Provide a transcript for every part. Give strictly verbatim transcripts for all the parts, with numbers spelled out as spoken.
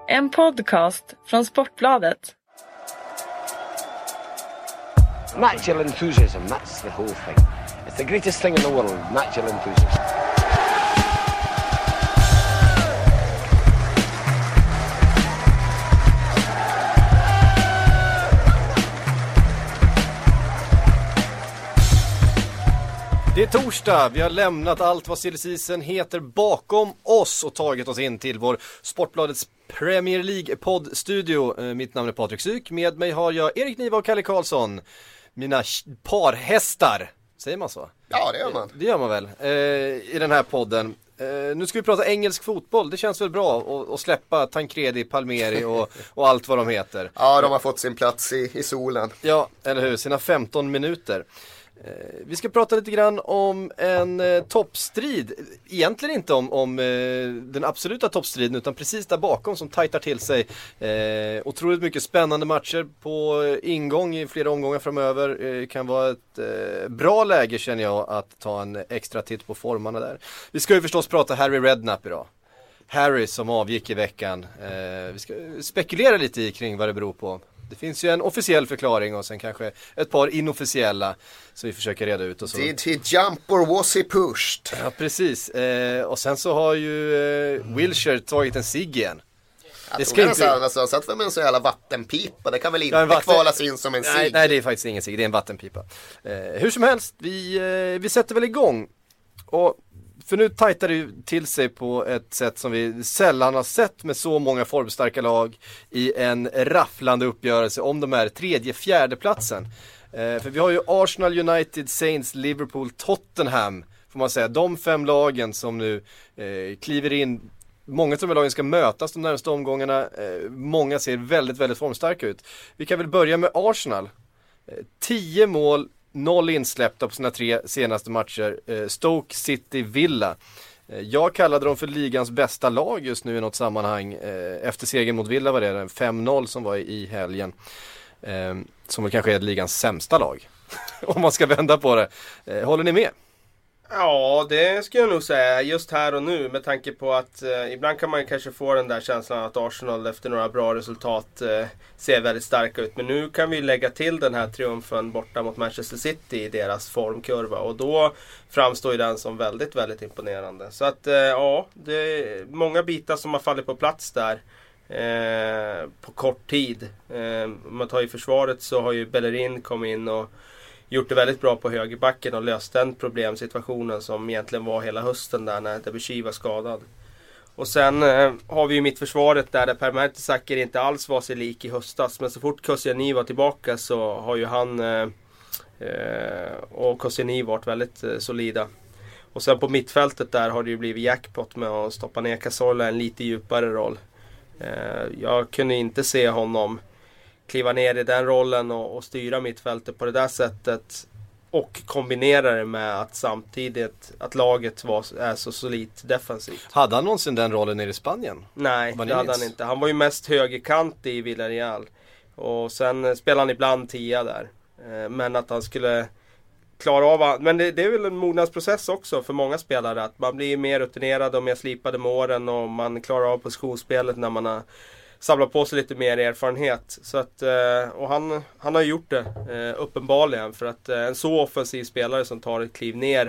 En podcast från Sportbladet. Natural enthusiasm, that's the whole thing. It's the greatest thing in the world, natural enthusiasm. Det är torsdag, vi har lämnat allt vad silly season heter bakom oss och tagit oss in till vår Sportbladets Premier League-poddstudio. Mitt namn är Patrik Syk, med mig har jag Erik Niva och Kalle Karlsson. Mina parhästar, säger man så? Ja, det gör man. Det gör man väl, eh, i den här podden. Eh, nu ska vi prata engelsk fotboll, det känns väl bra att, att släppa Tancredi, Palmieri och, och allt vad de heter. Ja, de har fått sin plats i, i solen. Ja, eller hur, sina femton minuter. Vi ska prata lite grann om en eh, toppstrid. Egentligen inte om, om eh, den absoluta toppstriden, utan precis där bakom som tajtar till sig. Eh, otroligt mycket spännande matcher på ingång i flera omgångar framöver. Eh, kan vara ett eh, bra läge, känner jag, att ta en extra titt på formarna där. Vi ska ju förstås prata Harry Redknapp idag. Harry som avgick i veckan. Eh, vi ska spekulera lite i kring vad det beror på. Det finns ju en officiell förklaring och sen kanske ett par inofficiella som vi försöker reda ut. Och så. Did he jump or was he pushed? Ja, precis. Eh, och sen så har ju eh, Wilshere tagit en cigg igen. Jag det ska ska inte... inte... Alltså, satt för mig en så jävla vattenpipa. Det kan väl inte ja, vatten... kvalas in som en cigg? Nej, nej, det är faktiskt ingen cigg. Det är en vattenpipa. Eh, hur som helst, vi, eh, vi sätter väl igång. Och... För nu tajtar det till sig på ett sätt som vi sällan har sett med så många formstarka lag i en rafflande uppgörelse om de här tredje, fjärde platsen. Eh, för vi har ju Arsenal, United, Saints, Liverpool, Tottenham, får man säga. De fem lagen som nu eh, kliver in. Många av de här lagen ska mötas de närmaste omgångarna. Eh, många ser väldigt, väldigt formstarka ut. Vi kan väl börja med Arsenal. Eh, tio mål. Noll insläppta på sina tre senaste matcher. Eh, Stoke City Villa. Eh, jag kallade dem för ligans bästa lag just nu i något sammanhang. Eh, efter segern mot Villa var det en fem noll som var i helgen. Eh, som väl kanske är ligans sämsta lag. Om man ska vända på det. Eh, håller ni med? Ja, det ska jag nog säga just här och nu, med tanke på att eh, ibland kan man ju kanske få den där känslan att Arsenal efter några bra resultat eh, ser väldigt starka ut. Men nu kan vi lägga till den här triumfen borta mot Manchester City i deras formkurva, och då framstår ju den som väldigt, väldigt imponerande. Så att eh, ja, det är många bitar som har fallit på plats där eh, på kort tid. Eh, om man tar i försvaret så har ju Bellerin kommit in och gjort det väldigt bra på högerbacken och löst den problemsituationen som egentligen var hela hösten där när Debuchy var skadad. Och sen eh, har vi ju mittförsvaret där, där Per Mertesacker inte alls var sig lik i höstas. Men så fort Koscielny var tillbaka så har ju han eh, eh, och Koscielny varit väldigt eh, solida. Och sen på mittfältet där har det ju blivit jackpot med att stoppa ner Cazorla en lite djupare roll. Eh, jag kunde inte se honom kliva ner i den rollen och, och styra mittfältet på det där sättet och kombinera det med att samtidigt att laget var, är så solidt defensivt. Hade han någonsin den rollen nere i Spanien? Nej, det hade han inte. Han var ju mest högerkant i Villarreal och sen spelade han ibland tia där. Men att han skulle klara av, men det, det är väl en mognadsprocess också för många spelare, att man blir mer rutinerad och mer slipade med åren och man klarar av positionsspelet när man har samla på sig lite mer erfarenhet. Så att, och han, han har gjort det uppenbarligen, för att en så offensiv spelare som tar ett kliv ner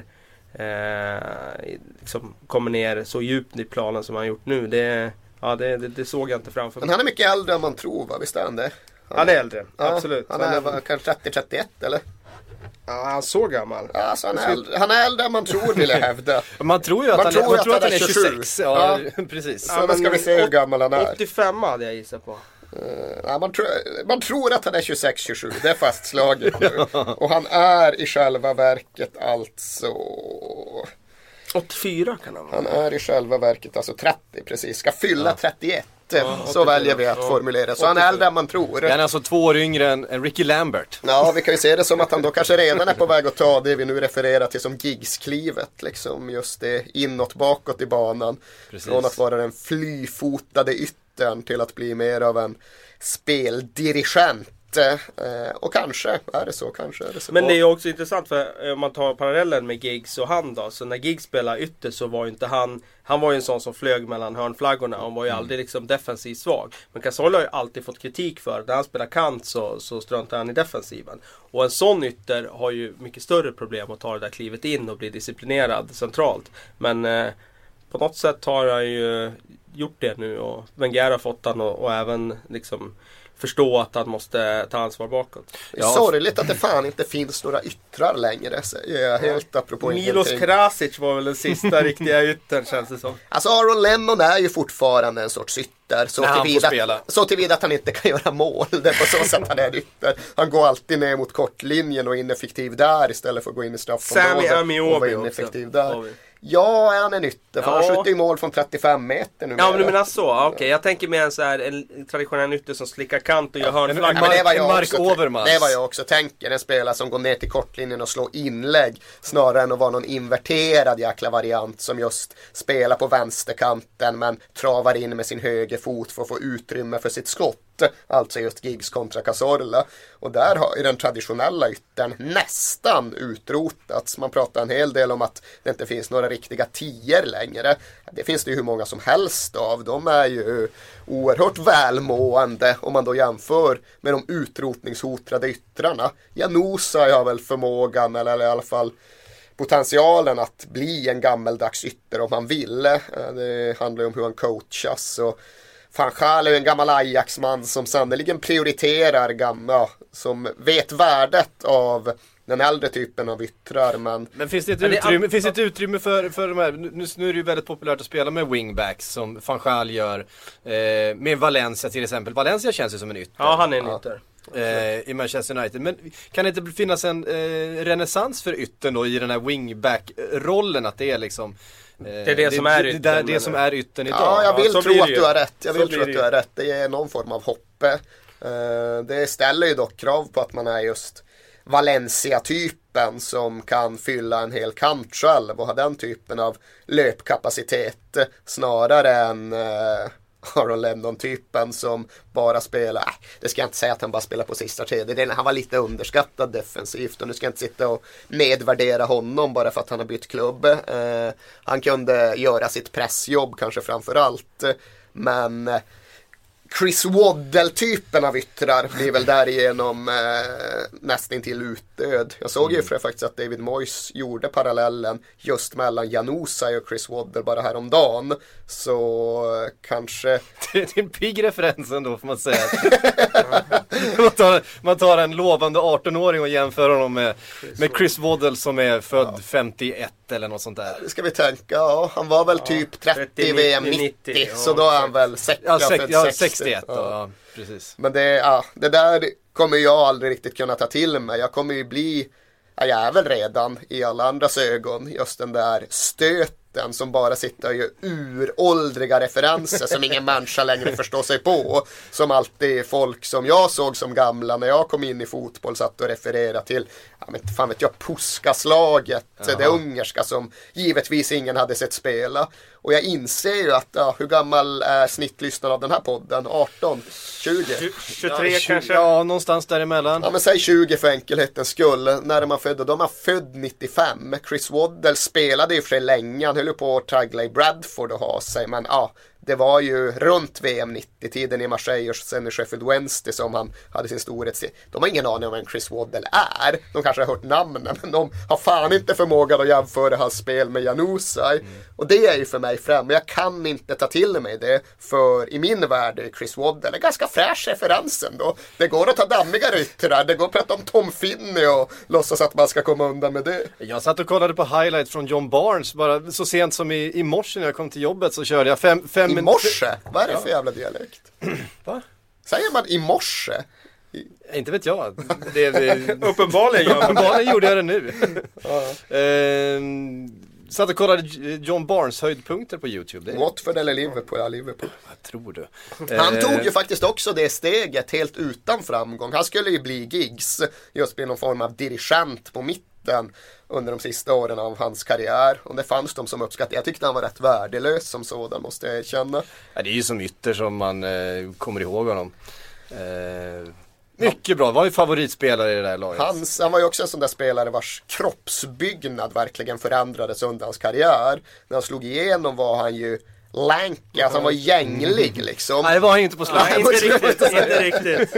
eh, liksom kommer ner så djupt i planen som han gjort nu, det, ja, det, det, det såg jag inte framför mig. Men han är mycket äldre än man tror, va? Visst är han det? Han, han är äldre, ja, absolut. Han är va, kanske trettio trettioett eller? Ja, han är så gammal. Ja, alltså han, är äldre, han är äldre än man tror, vill jag hävda. Man tror ju att, man han, tror är, man att, tror att han han är tjugosex. Ja, ja. precis. Så ja, men ska vi se hur gammal han är. åttiofem hade jag gissat på. Uh, ja, man, tro, man tror att han är tjugosex tjugosju. Det är fastslaget nu. Och han är i själva verket alltså åttiofyra kan han vara. Han är i själva verket alltså trettio precis. Ska fylla ja. trettioett. Ja, så väljer vi att ja. formulera. Så han är äldre än man tror. Han är alltså två år yngre än Ricky Lambert. Ja, vi kan ju se det som att han då kanske redan är på väg att ta det vi nu refererar till som Giggs-klivet. Liksom just det inåt bakåt i banan. Precis. Från att vara den flyfotade yttern till att bli mer av en speldirigent. Eh, och kanske är det så, kanske är det så. Men det är ju också intressant, för om man tar parallellen med Giggs och han då. Så när Giggs spelade ytter så var ju inte han, han var ju en sån som flög mellan hörnflaggorna. Han var ju mm. aldrig liksom defensivt svag. Men Cazorla har ju alltid fått kritik för, när han spelar kant så, så struntar han i defensiven. Och en sån ytter har ju mycket större problem att ta det där klivet in och bli disciplinerad centralt. Men eh, på något sätt har han ju gjort det nu, och Wenger har fått han och, och även liksom förstå att han måste ta ansvar bakåt. Det är sorgligt att det fan inte finns några yttrar längre. Jag helt apropå Milos Krasic var väl den sista riktiga yttern, känns det som. Alltså Aaron Lennon är ju fortfarande en sorts ytter. Så tillvida, så tillvida att han inte kan göra mål. Det är på så sätt han är ytter. Han går alltid ner mot kortlinjen och är ineffektiv där istället för att gå in i straffområdet. Sammy Amiobi och vara ineffektiv där. Ja, är han en ytter? För ja. Han skjuter ju mål från trettiofem meter nu. Ja, men du menar så. Okej, okay. Jag tänker mer en, så här, en traditionell ytter som slickar kant och gör hörnflagg. Ja, det, var jag också, det var jag också tänker. En spelare som går ner till kortlinjen och slår inlägg snarare än att vara någon inverterad jäkla variant som just spelar på vänsterkanten men travar in med sin högerfot för att få utrymme för sitt skott. Alltså just Giggs kontra Cazorla. Och där har ju den traditionella yttern nästan utrotats. Man pratar en hel del om att det inte finns några riktiga tior längre. Det finns det ju hur många som helst av. De är ju oerhört välmående om man då jämför med de utrotningshotade yttrarna. Janosa har väl förmågan, eller i alla fall potentialen att bli en gammeldags ytter om man vill. Det handlar ju om hur han coachas, och Van Gaal är ju en gammal Ajax-man som sannoliken prioriterar gamla, som vet värdet av den äldre typen av yttrar. Men, men finns det ett utrymme, finns det ett utrymme för, för de här, nu, nu är det ju väldigt populärt att spela med wingbacks som Van Gaal gör, eh, med Valencia till exempel. Valencia känns ju som en ytter. Ja, han är en ytter. Eh, i Manchester United. Men kan det inte finnas en eh, renässans för yttern då i den här wingback-rollen, att det är liksom det är det, det som är yttern. Det är det som är yttern idag. Ja, jag vill ja, tro att du har rätt. Jag vill tro att du har rätt. Det är någon form av hoppe. Det ställer ju dock krav på att man är just Valencia-typen som kan fylla en hel kant själv och ha den typen av löpkapacitet snarare än Aaron Lennon-typen som bara spelar, äh, det ska jag inte säga att han bara spelar på sista tredjedelen. Han var lite underskattad defensivt, och nu ska jag inte sitta och nedvärdera honom bara för att han har bytt klubb. Eh, han kunde göra sitt pressjobb kanske framför allt, men Chris Waddell-typen av yttrar blir väl därigenom eh, nästan till utdöd. Jag såg ju för faktiskt att David Moyes gjorde parallellen just mellan Januzaj och Chris Waddell bara häromdagen. Så eh, kanske... Det är en pigg referens ändå, får man säga. man, tar, man tar en lovande arton-åring och jämför honom med Chris, med Chris Waddell som är född ja. femtioett eller något sånt där. Det ska vi tänka, ja, han var väl ja, typ trettio i V M nittio, ja, så då är han väl sex, ja, sex, född ja, sextio. sextioett, ja. Ja, precis. Men det, ja, det där kommer jag aldrig riktigt kunna ta till mig. Jag kommer ju bli, ja, jag är väl redan i alla andras ögon just den där stöten som bara sitter och gör uråldriga referenser som ingen människa längre förstår sig på. Som alltid folk som jag såg som gamla när jag kom in i fotboll satt och refererade till, ja, men fan vet jag, Puskaslaget, Jaha. det ungerska som givetvis ingen hade sett spela. Och jag inser ju att, ja, hur gammal är snittlyssnaren av den här podden? arton, tjugo? tjugotre ja, kanske? Ja, någonstans däremellan. Ja, men säg tjugo för enkelhetens skull. När är man född? Och de är född nittiofem. Chris Waddell spelade ju för sig länge. Han höll på att traggla i Bradford och ha sig. Men ja, det var ju runt V M nittio-tiden i Marseille och sen i Sheffield Wednesday som han hade sin storhetstid. De har ingen aning om vem Chris Waddell är. De kanske har hört namnen, men de har fan inte förmågan att jämföra hans spel med Januzaj. Mm. Och det är ju för mig fram. Jag kan inte ta till mig det, för i min värld är Chris Waddell en ganska fräsch referensen då. Det går att ta dammigare yttrar. Det går att prata om Tom Finney och låtsas att man ska komma undan med det. Jag satt och kollade på highlights från John Barnes bara så sent som i, i morse när jag kom till jobbet, så körde jag fem, fem I morse? Vad är det för jävla dialekt? Va? Säger man i morse? I... Inte vet jag. Det är... Uppenbarligen, ja. Uppenbarligen gjorde jag det nu. Ja. ehm, satt och kollade John Barnes höjdpunkter på YouTube. Det... Watford eller Liverpool? Ja, Liverpool. Vad tror du? Han tog ju faktiskt också det steget helt utan framgång. Han skulle ju bli Giggs, just bli någon form av dirigent på mitten under de sista åren av hans karriär. Och det fanns de som uppskattade. Jag tyckte han var rätt värdelös som sådan, måste jag erkänna. Ja, det är ju som ytter som man eh, kommer ihåg honom. Eh, Mycket bra, var ju favoritspelare i det där laget. Hans, han var ju också en sån där spelare vars kroppsbyggnad verkligen förändrades under hans karriär. När han slog igenom var han ju lanky, alltså han var gänglig liksom. Nej, det var han inte på slutet. Nej, inte riktigt, inte riktigt.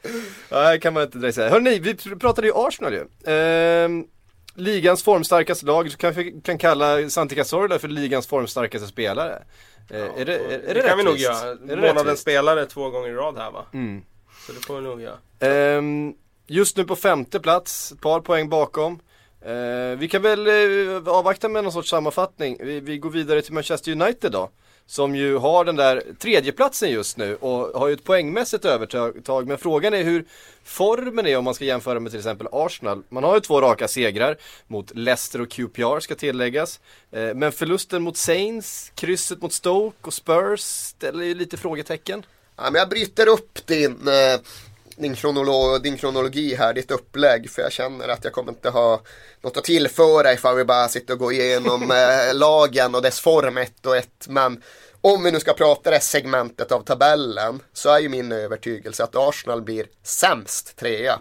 Ja, det kan man inte direkt säga. Hörrni, vi pratade ju Arsenal ju. Ehm, ligans formstarkaste lag, så kan vi kan kalla Santi Cazorla för ligans formstarkaste spelare. Ja, ehm, är det, är, är det, det kan vi nog rättvist? göra. Månadens spelare två gånger i rad här, va? Mm. Så det får vi nog göra. Ehm, just nu på femte plats, ett par poäng bakom. Ehm, vi kan väl eh, avvakta med någon sorts sammanfattning. Vi, vi går vidare till Manchester United då. Som ju har den där tredjeplatsen just nu och har ju ett poängmässigt övertag. Men frågan är hur formen är om man ska jämföra med till exempel Arsenal. Man har ju två raka segrar mot Leicester och Q P R ska tilläggas. Men förlusten mot Saints, krysset mot Stoke och Spurs ställer ju lite frågetecken. Ja, men jag bryter upp din, eh, din, kronolo- din kronologi här, ditt upplägg. För jag känner att jag kommer inte ha något att tillföra ifall vi bara sitter och går igenom eh, lagen och dess form ett och ett. Men om vi nu ska prata det segmentet av tabellen så är ju min övertygelse att Arsenal blir sämst trea.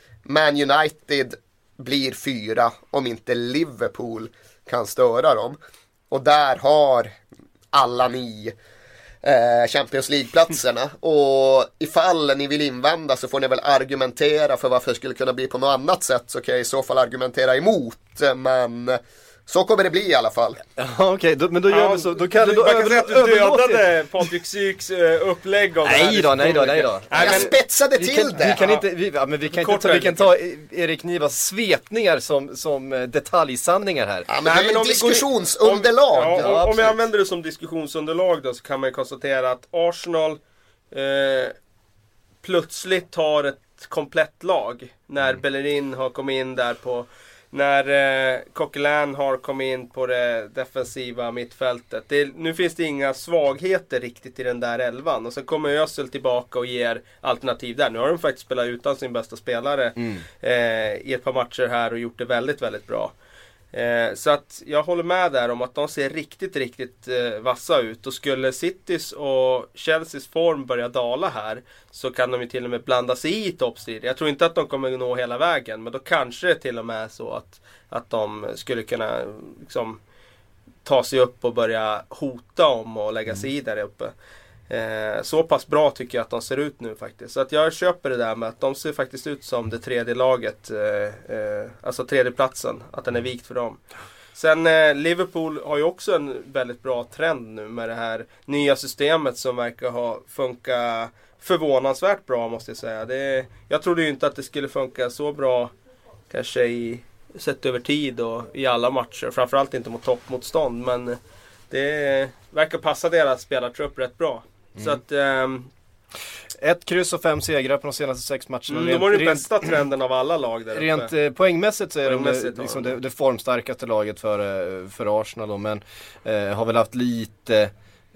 Man United blir fyra om inte Liverpool kan störa dem. Och där har alla ni eh, Champions League-platserna. Och ifall ni vill invända så får ni väl argumentera för varför det skulle kunna bli på något annat sätt. Så kan jag i så fall argumentera emot. Men så kommer det bli i alla fall. Ja, okej, okay, men då gör ja, vi så. Då kan du, du, man kan säga att du dödade Patrik Syks uh, upplägg av nej då, nej då, nej då. Jag men, spetsade vi till kan, det. Vi kan inte, vi, ja, men vi kan inte ta, vi kan ta Erik Nivas svepningar som, som detaljsanningar här. Ja, men nej, det är men diskussionsunderlag. Om, ja, ja, om, om vi använder det som diskussionsunderlag då så kan man ju konstatera att Arsenal eh, plötsligt har ett komplett lag. När mm. Bellerin har kommit in där på När eh, Coquelin har kommit in på det defensiva mittfältet. Det, nu finns det inga svagheter riktigt i den där elvan. Och sen kommer Özil tillbaka och ger alternativ där. Nu har de faktiskt spelat utan sin bästa spelare mm. eh, i ett par matcher här och gjort det väldigt, väldigt bra. Eh, så att jag håller med där om att de ser riktigt, riktigt eh, vassa ut. Och skulle Citys och Chelseas form börja dala här så kan de ju till och med blanda sig i toppstrid. Jag tror inte att de kommer nå hela vägen, men då kanske det till och med är så att, att de skulle kunna liksom, ta sig upp och börja hota om och lägga sig i där uppe. Eh, så pass bra tycker jag att de ser ut nu faktiskt. Så att jag köper det där med att de ser faktiskt ut som det tredje laget, eh, eh, alltså tredje platsen, att den är vikt för dem. Sen eh, Liverpool har ju också en väldigt bra trend nu med det här nya systemet som verkar ha funka förvånansvärt bra, måste jag säga. Det, jag trodde ju inte att det skulle funka så bra kanske i, sett över tid och i alla matcher, framförallt inte mot toppmotstånd, men det verkar passa deras spelartrupp rätt bra. Mm. Så att um, ett kryss och fem segrar på de senaste sex matcherna. Mm, de var den bästa trenden av alla lag där rent uppe. Rent poängmässigt så är poängmässigt, de liksom det, det formstarkaste laget för, för Arsenal då, men eh, har väl haft lite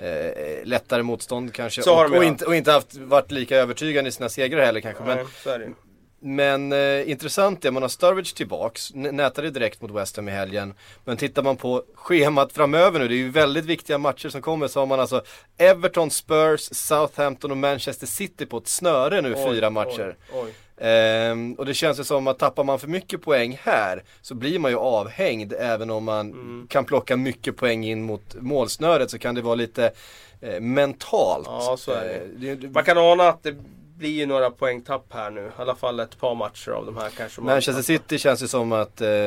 eh, lättare motstånd kanske och, och, inte, och inte haft varit lika övertygande i sina segrar heller kanske. Nej, men så är det. Men eh, intressant är, man har Sturridge tillbaks, nätade direkt mot West Ham i helgen. Men tittar man på schemat framöver nu, det är ju väldigt viktiga matcher som kommer, så har man alltså Everton, Spurs, Southampton och Manchester City på ett snöre nu, oj, fyra matcher. Oj, oj. Ehm, och det känns ju som att tappar man för mycket poäng här så blir man ju avhängd, även om man mm. kan plocka mycket poäng in mot målsnöret, så kan det vara lite eh, mentalt. Ja, så är det. det man kan ana att det blir ju några poängtapp här nu. I alla fall ett par matcher av de här kanske. Manchester City känns ju som att eh,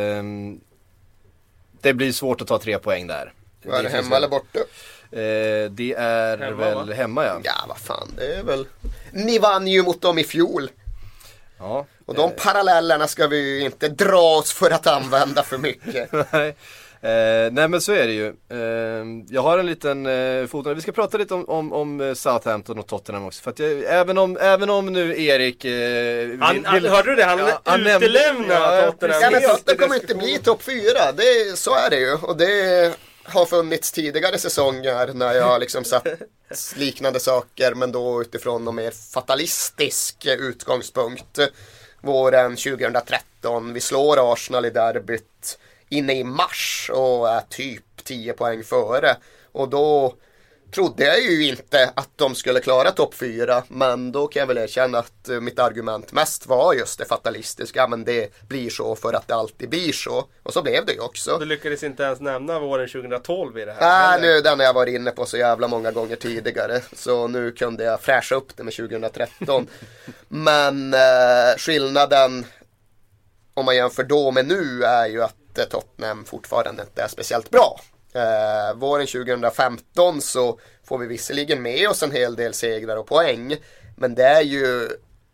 det blir svårt att ta tre poäng där. Var är det, hemma eller borta? Eh, det är hemma, väl va? hemma, ja. Ja, vad fan, det är väl... Ni vann ju mot dem i fjol. Ja. Och de eh... parallellerna ska vi ju inte dra oss för att använda för mycket. Nej. Eh, nej men så är det ju. Eh, jag har en liten eh, fotnote. Vi ska prata lite om, om, om Southampton och Tottenham också. För att jag, även, om, även om nu Erik eh, vill, han, han, hörde du det? Han ja, utelämnar ja, Tottenham. Ja, men Tottenham kommer inte bli topp fyra. Det, så är det ju. Och det har funnits tidigare säsonger när jag liksom satt liknande saker, men då utifrån en mer fatalistisk utgångspunkt. Våren tjugohundratretton, vi slår Arsenal i derbyt inne i mars och är typ tio poäng före. Och då trodde jag ju inte att de skulle klara topp fyra, men då kan jag väl erkänna att mitt argument mest var just det fatalistiska, men det blir så för att det alltid blir så, och så blev det ju också. Du lyckades inte ens nämna våren tjugohundratolv i det här. Nej, nu den har jag varit inne på så jävla många gånger tidigare, så nu kunde jag fräscha upp det med tjugohundratretton. Men eh, skillnaden om man jämför då med nu är ju att eh, Tottenham fortfarande inte är speciellt bra. Eh, våren tjugohundrafemton så får vi visserligen med oss en hel del segrar och poäng, men det är ju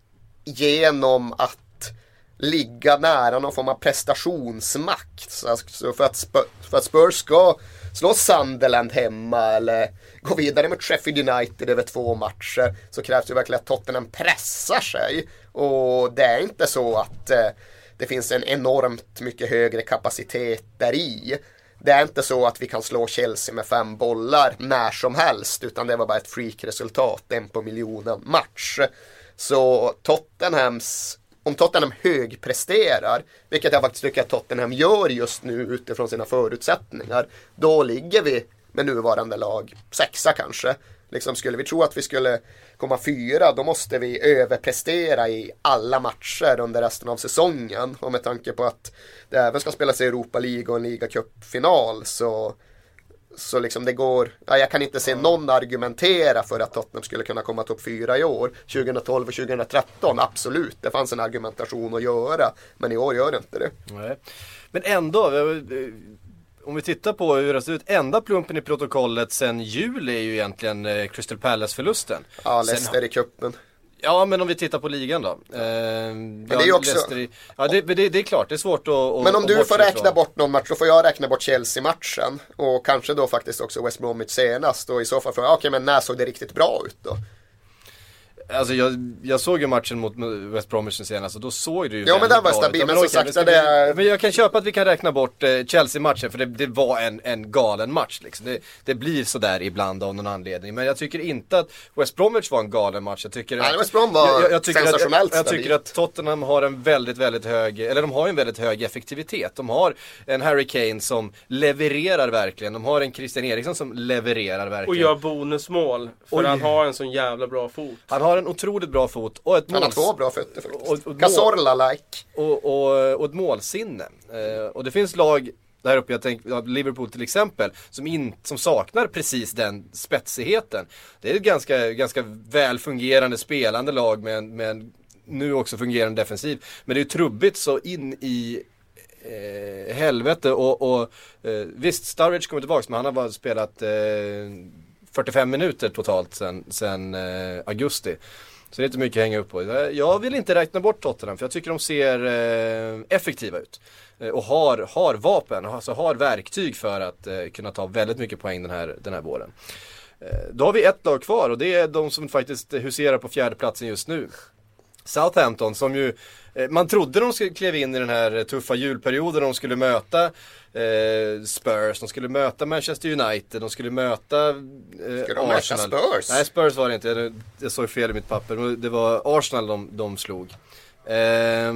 genom att ligga nära någon form av prestationsmakt. Så för att, Spurs, för att Spurs ska slå Sunderland hemma eller gå vidare mot Sheffield United över två matcher, så krävs det verkligen att Tottenham pressar sig, och det är inte så att eh, det finns en enormt mycket högre kapacitet där i. Det är inte så att vi kan slå Chelsea med fem bollar när som helst, utan det var bara ett freak-resultat, en på miljonen match. Så Tottenhams, om Tottenham högpresterar, vilket jag faktiskt tycker att Tottenham gör just nu utifrån sina förutsättningar, då ligger vi med nuvarande lag sexa kanske. Liksom, skulle vi tro att vi skulle komma fyra, då måste vi överprestera i alla matcher under resten av säsongen. Och med tanke på att det även ska spelas i Europa League och en ligacupfinal, så, så liksom det går, ja, jag kan inte se någon argumentera för att Tottenham skulle kunna komma topp fyra i år. tjugohundratolv och tjugohundratretton, absolut, det fanns en argumentation att göra, men i år gör det inte det. Nej. Men ändå, om vi tittar på hur det ser ut, enda plumpen i protokollet sen juli är ju egentligen eh, Crystal Palace-förlusten. Ja, Leicester sen, i kuppen. Ja, men om vi tittar på ligan då. Eh, men det är ju också... I, ja, det, det, det är klart, det är svårt att... Men om att du får räkna från. bort någon match, då får jag räkna bort Chelsea-matchen. Och kanske då faktiskt också West Bromwich senast. Och i så fall fråga, okej, men när såg det riktigt bra ut då? Alltså jag, jag såg ju matchen mot West Bromwich senast, och då såg det ju... Ja, men den var stabil, men, men så sagt det... Men jag kan köpa att vi kan räkna bort eh, Chelsea-matchen, för det, det var en, en galen match liksom. det, det blir sådär ibland av någon anledning. Men jag tycker inte att West Bromwich var en galen match. Jag tycker Nej, att, West Brom var jag, jag tycker sensationellt att, jag, jag tycker att Tottenham har en väldigt, väldigt hög, eller de har en väldigt hög effektivitet. De har en Harry Kane som levererar verkligen. De har en Christian Eriksen som levererar verkligen. Och gör bonusmål, för Oj. han har en sån jävla bra fot. Han har en otroligt bra fot och ett mål. Han har två bra fötter faktiskt. Cazorla-like. Och, och, och ett målsinne. Eh, och det finns lag där uppe, jag tänker Liverpool till exempel, som, in, som saknar precis den spetsigheten. Det är ett ganska, ganska väl fungerande spelande lag med en, med en nu också fungerande defensiv. Men det är ju trubbigt så in i eh, helvete. Och, och eh, visst, Sturridge kommer tillbaka, men han har bara spelat eh, fyrtiofem minuter totalt sen, sen eh, augusti. Så det är inte mycket att hänga upp på. Jag vill inte räkna bort Tottenham, för jag tycker de ser eh, effektiva ut. Eh, och har, har vapen, alltså har verktyg för att eh, kunna ta väldigt mycket poäng den här, den här våren. Eh, då har vi ett lag kvar, och det är de som faktiskt huserar på fjärde platsen just nu. Southampton, som ju eh, man trodde de skulle kliva in i den här tuffa julperioden. De skulle möta eh, Spurs, de skulle möta Manchester United, de skulle möta eh, Ska de möta Spurs? Nej, Spurs var det inte, jag, jag såg fel i mitt papper. Det var Arsenal de, de slog. eh,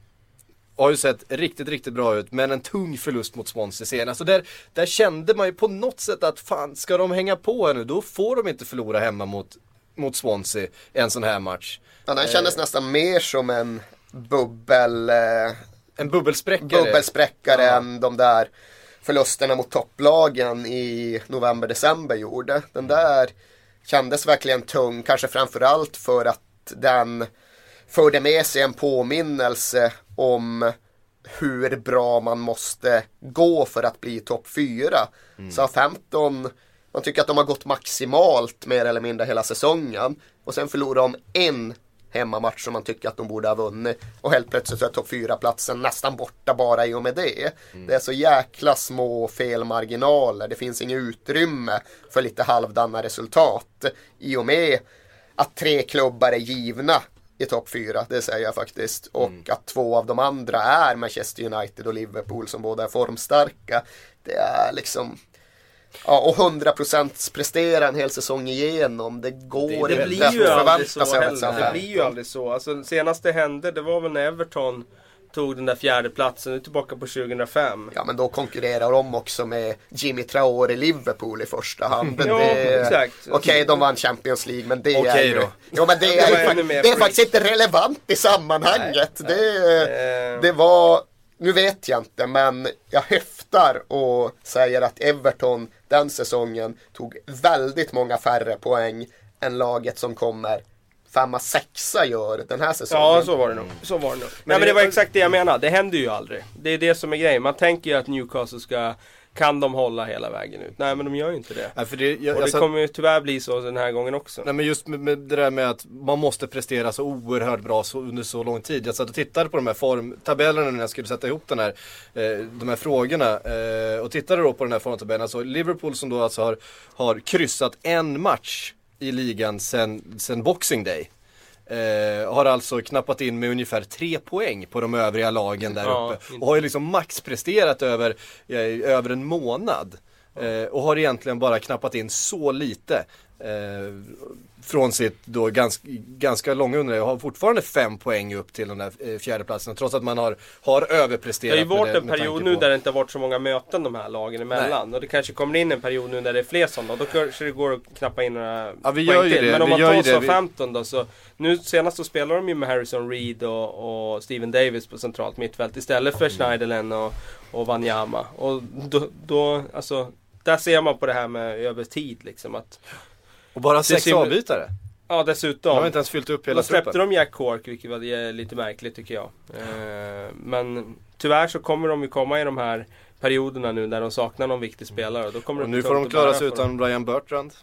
Har ju sett riktigt, riktigt bra ut, men en tung förlust mot Swansea senast. Så där, där kände man ju på något sätt att fan, ska de hänga på här nu, då får de inte förlora hemma mot, mot Swansea en sån här match. Ja, den kändes eh. nästan mer som en bubbel eh, En bubbelspräckare, bubbelspräckare ja. än de där förlusterna mot topplagen i november-december gjorde. Den där kändes verkligen tung, kanske framförallt för att den förde med sig en påminnelse om hur bra man måste gå för att bli topp fyra. Mm. Southampton, man tycker att de har gått maximalt mer eller mindre hela säsongen, och sen förlorar de en hemmamatch som man tycker att de borde ha vunnit, och helt plötsligt så är topp fyra platsen nästan borta bara i och med det. Mm. Det är så jäkla små felmarginaler, det finns inget utrymme för lite halvdanna resultat i och med att tre klubbar är givna i topp fyra, det säger jag faktiskt, och mm. att två av de andra är Manchester United och Liverpool som båda är formstarka. Det är liksom... Ja, och hundra procent prestera en hel säsong igenom. Det går det, det inte blir ju att förvänta sig av ett Det blir ju aldrig så. Alltså, senast det hände, det var väl när Everton tog den där fjärde platsen, nu tillbaka på tjugohundrafem. Ja, men då konkurrerar de också med Jimmy Traore i Liverpool i första hand. Ja, exakt. Okej, okay, de vann Champions League, men det okay, är ju... Då. Jo, men det, det är, ju, det är faktiskt inte relevant i sammanhanget. Nej, det, nej. det var... Nu vet jag inte, men jag höftar och säger att Everton den säsongen tog väldigt många färre poäng än laget som kommer femma, sexa gör den här säsongen. Ja, så var det nog. Så var det nog. Men, Nej, men det var exakt det jag menar. Det händer ju aldrig. Det är det som är grejen. Man tänker ju att Newcastle ska... Kan de hålla hela vägen ut? Nej, men de gör ju inte det. Ja, för det jag, och det alltså, kommer ju tyvärr bli så den här gången också. Nej, men just med, med det där med att man måste prestera så oerhört bra så, under så lång tid. Jag satt och tittade på de här formtabellerna när jag skulle sätta ihop den här, eh, de här frågorna. Eh, och tittade då på den här formtabellen. Alltså Liverpool som då alltså har, har kryssat en match i ligan sen, sen Boxing Day. Eh, har alltså knappat in med ungefär tre poäng på de övriga lagen där ja, uppe. Och har ju liksom maxpresterat över, eh, över en månad. Eh, och har egentligen bara knappat in så lite eh, från sitt då ganska, ganska långa under. Jag har fortfarande fem poäng upp till den där eh, fjärde platsen trots att man har, har överpresterat. Det har ju varit en period nu där det inte har varit så många möten de här lagen emellan. Nej. Och det kanske kommer in en period nu där det är fler sådana. Då kanske det går att knappa in några ja, vi gör ju till. det. Men om vi man gör tar så vi... femton då så nu senast så spelar de ju med Harrison Reed och, och Steven Davis på centralt mittfält istället för Schneiderlin och, och Wanyama. Och då, då alltså där ser man på det här med över tid liksom att och bara sex sim- avbytare. Ja, dessutom. De har inte ens fyllt upp hela truppen. Då släppte de Jack Cork, vilket var lite märkligt tycker jag. Eh, men tyvärr så kommer de ju komma i de här perioderna nu där de saknar någon viktig spelare. Och, då kommer och det nu får de klara sig utan Brian Bertrand.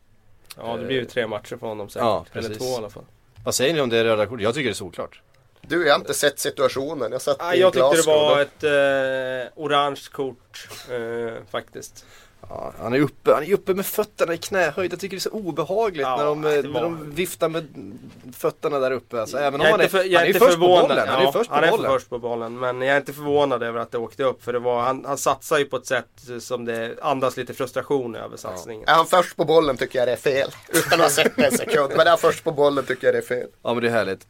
Ja, det blir ju tre matcher för honom säkert. Ja, eller två i alla fall. Vad säger ni om det röda kortet? Jag tycker det är såklart. Du, jag har inte sett situationen. Jag, satt ah, jag tyckte det var ett eh, orange kort eh, faktiskt. Ja, han är uppe, han är uppe med fötterna i knähöjd. Jag tycker det är så obehagligt ja, när, de, var... när de viftar med fötterna där uppe. Alltså, även om han är, för, jag han är, är först förvånad. på bollen. Ja, han är först på han är bollen. först på bollen. Men jag är inte förvånad över att det åkte upp. För det var, han, han satsar ju på ett sätt som det andas lite frustration över satsningen. Ja. Är han först på bollen tycker jag det är fel. Utan att ha sett en sekund. Men är han först på bollen tycker jag det är fel. Ja, men det är härligt.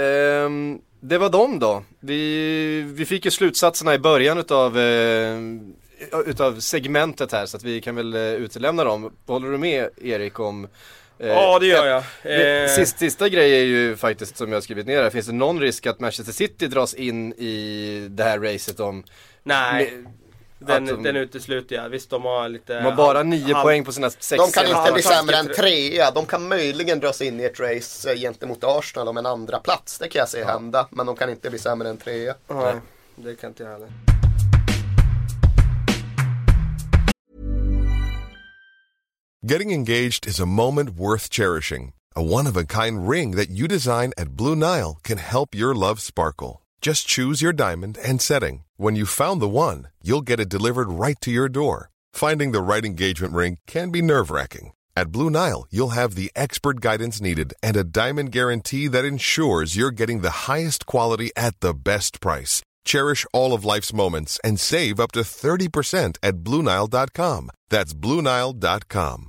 Ehm, det var dem då. Vi, vi fick ju slutsatserna i början utav... Eh, utav segmentet här så att vi kan väl uh, utelämna dem. Håller du med Erik om uh, ja det gör jag uh, sist, Sista grej är ju faktiskt som jag har skrivit ner här. Finns det någon risk att Manchester City dras in i det här racet om nej med, den, de, den utesluter jag. Visst de har lite de har bara nio halv, poäng på sina sex. De kan inte bli sämre än trea. De kan möjligen dras in i ett race gentemot Arsenal om en andra plats. Det kan jag se ja. hända. Men de kan inte bli sämre än trea. Nej, det kan inte jag heller. Getting engaged is a moment worth cherishing. A one-of-a-kind ring that you design at Blue Nile can help your love sparkle. Just choose your diamond and setting. When you've found the one, you'll get it delivered right to your door. Finding the right engagement ring can be nerve-wracking. At Blue Nile, you'll have the expert guidance needed and a diamond guarantee that ensures you're getting the highest quality at the best price. Cherish all of life's moments and save up to thirty percent at Blue Nile dot com. That's Blue Nile dot com.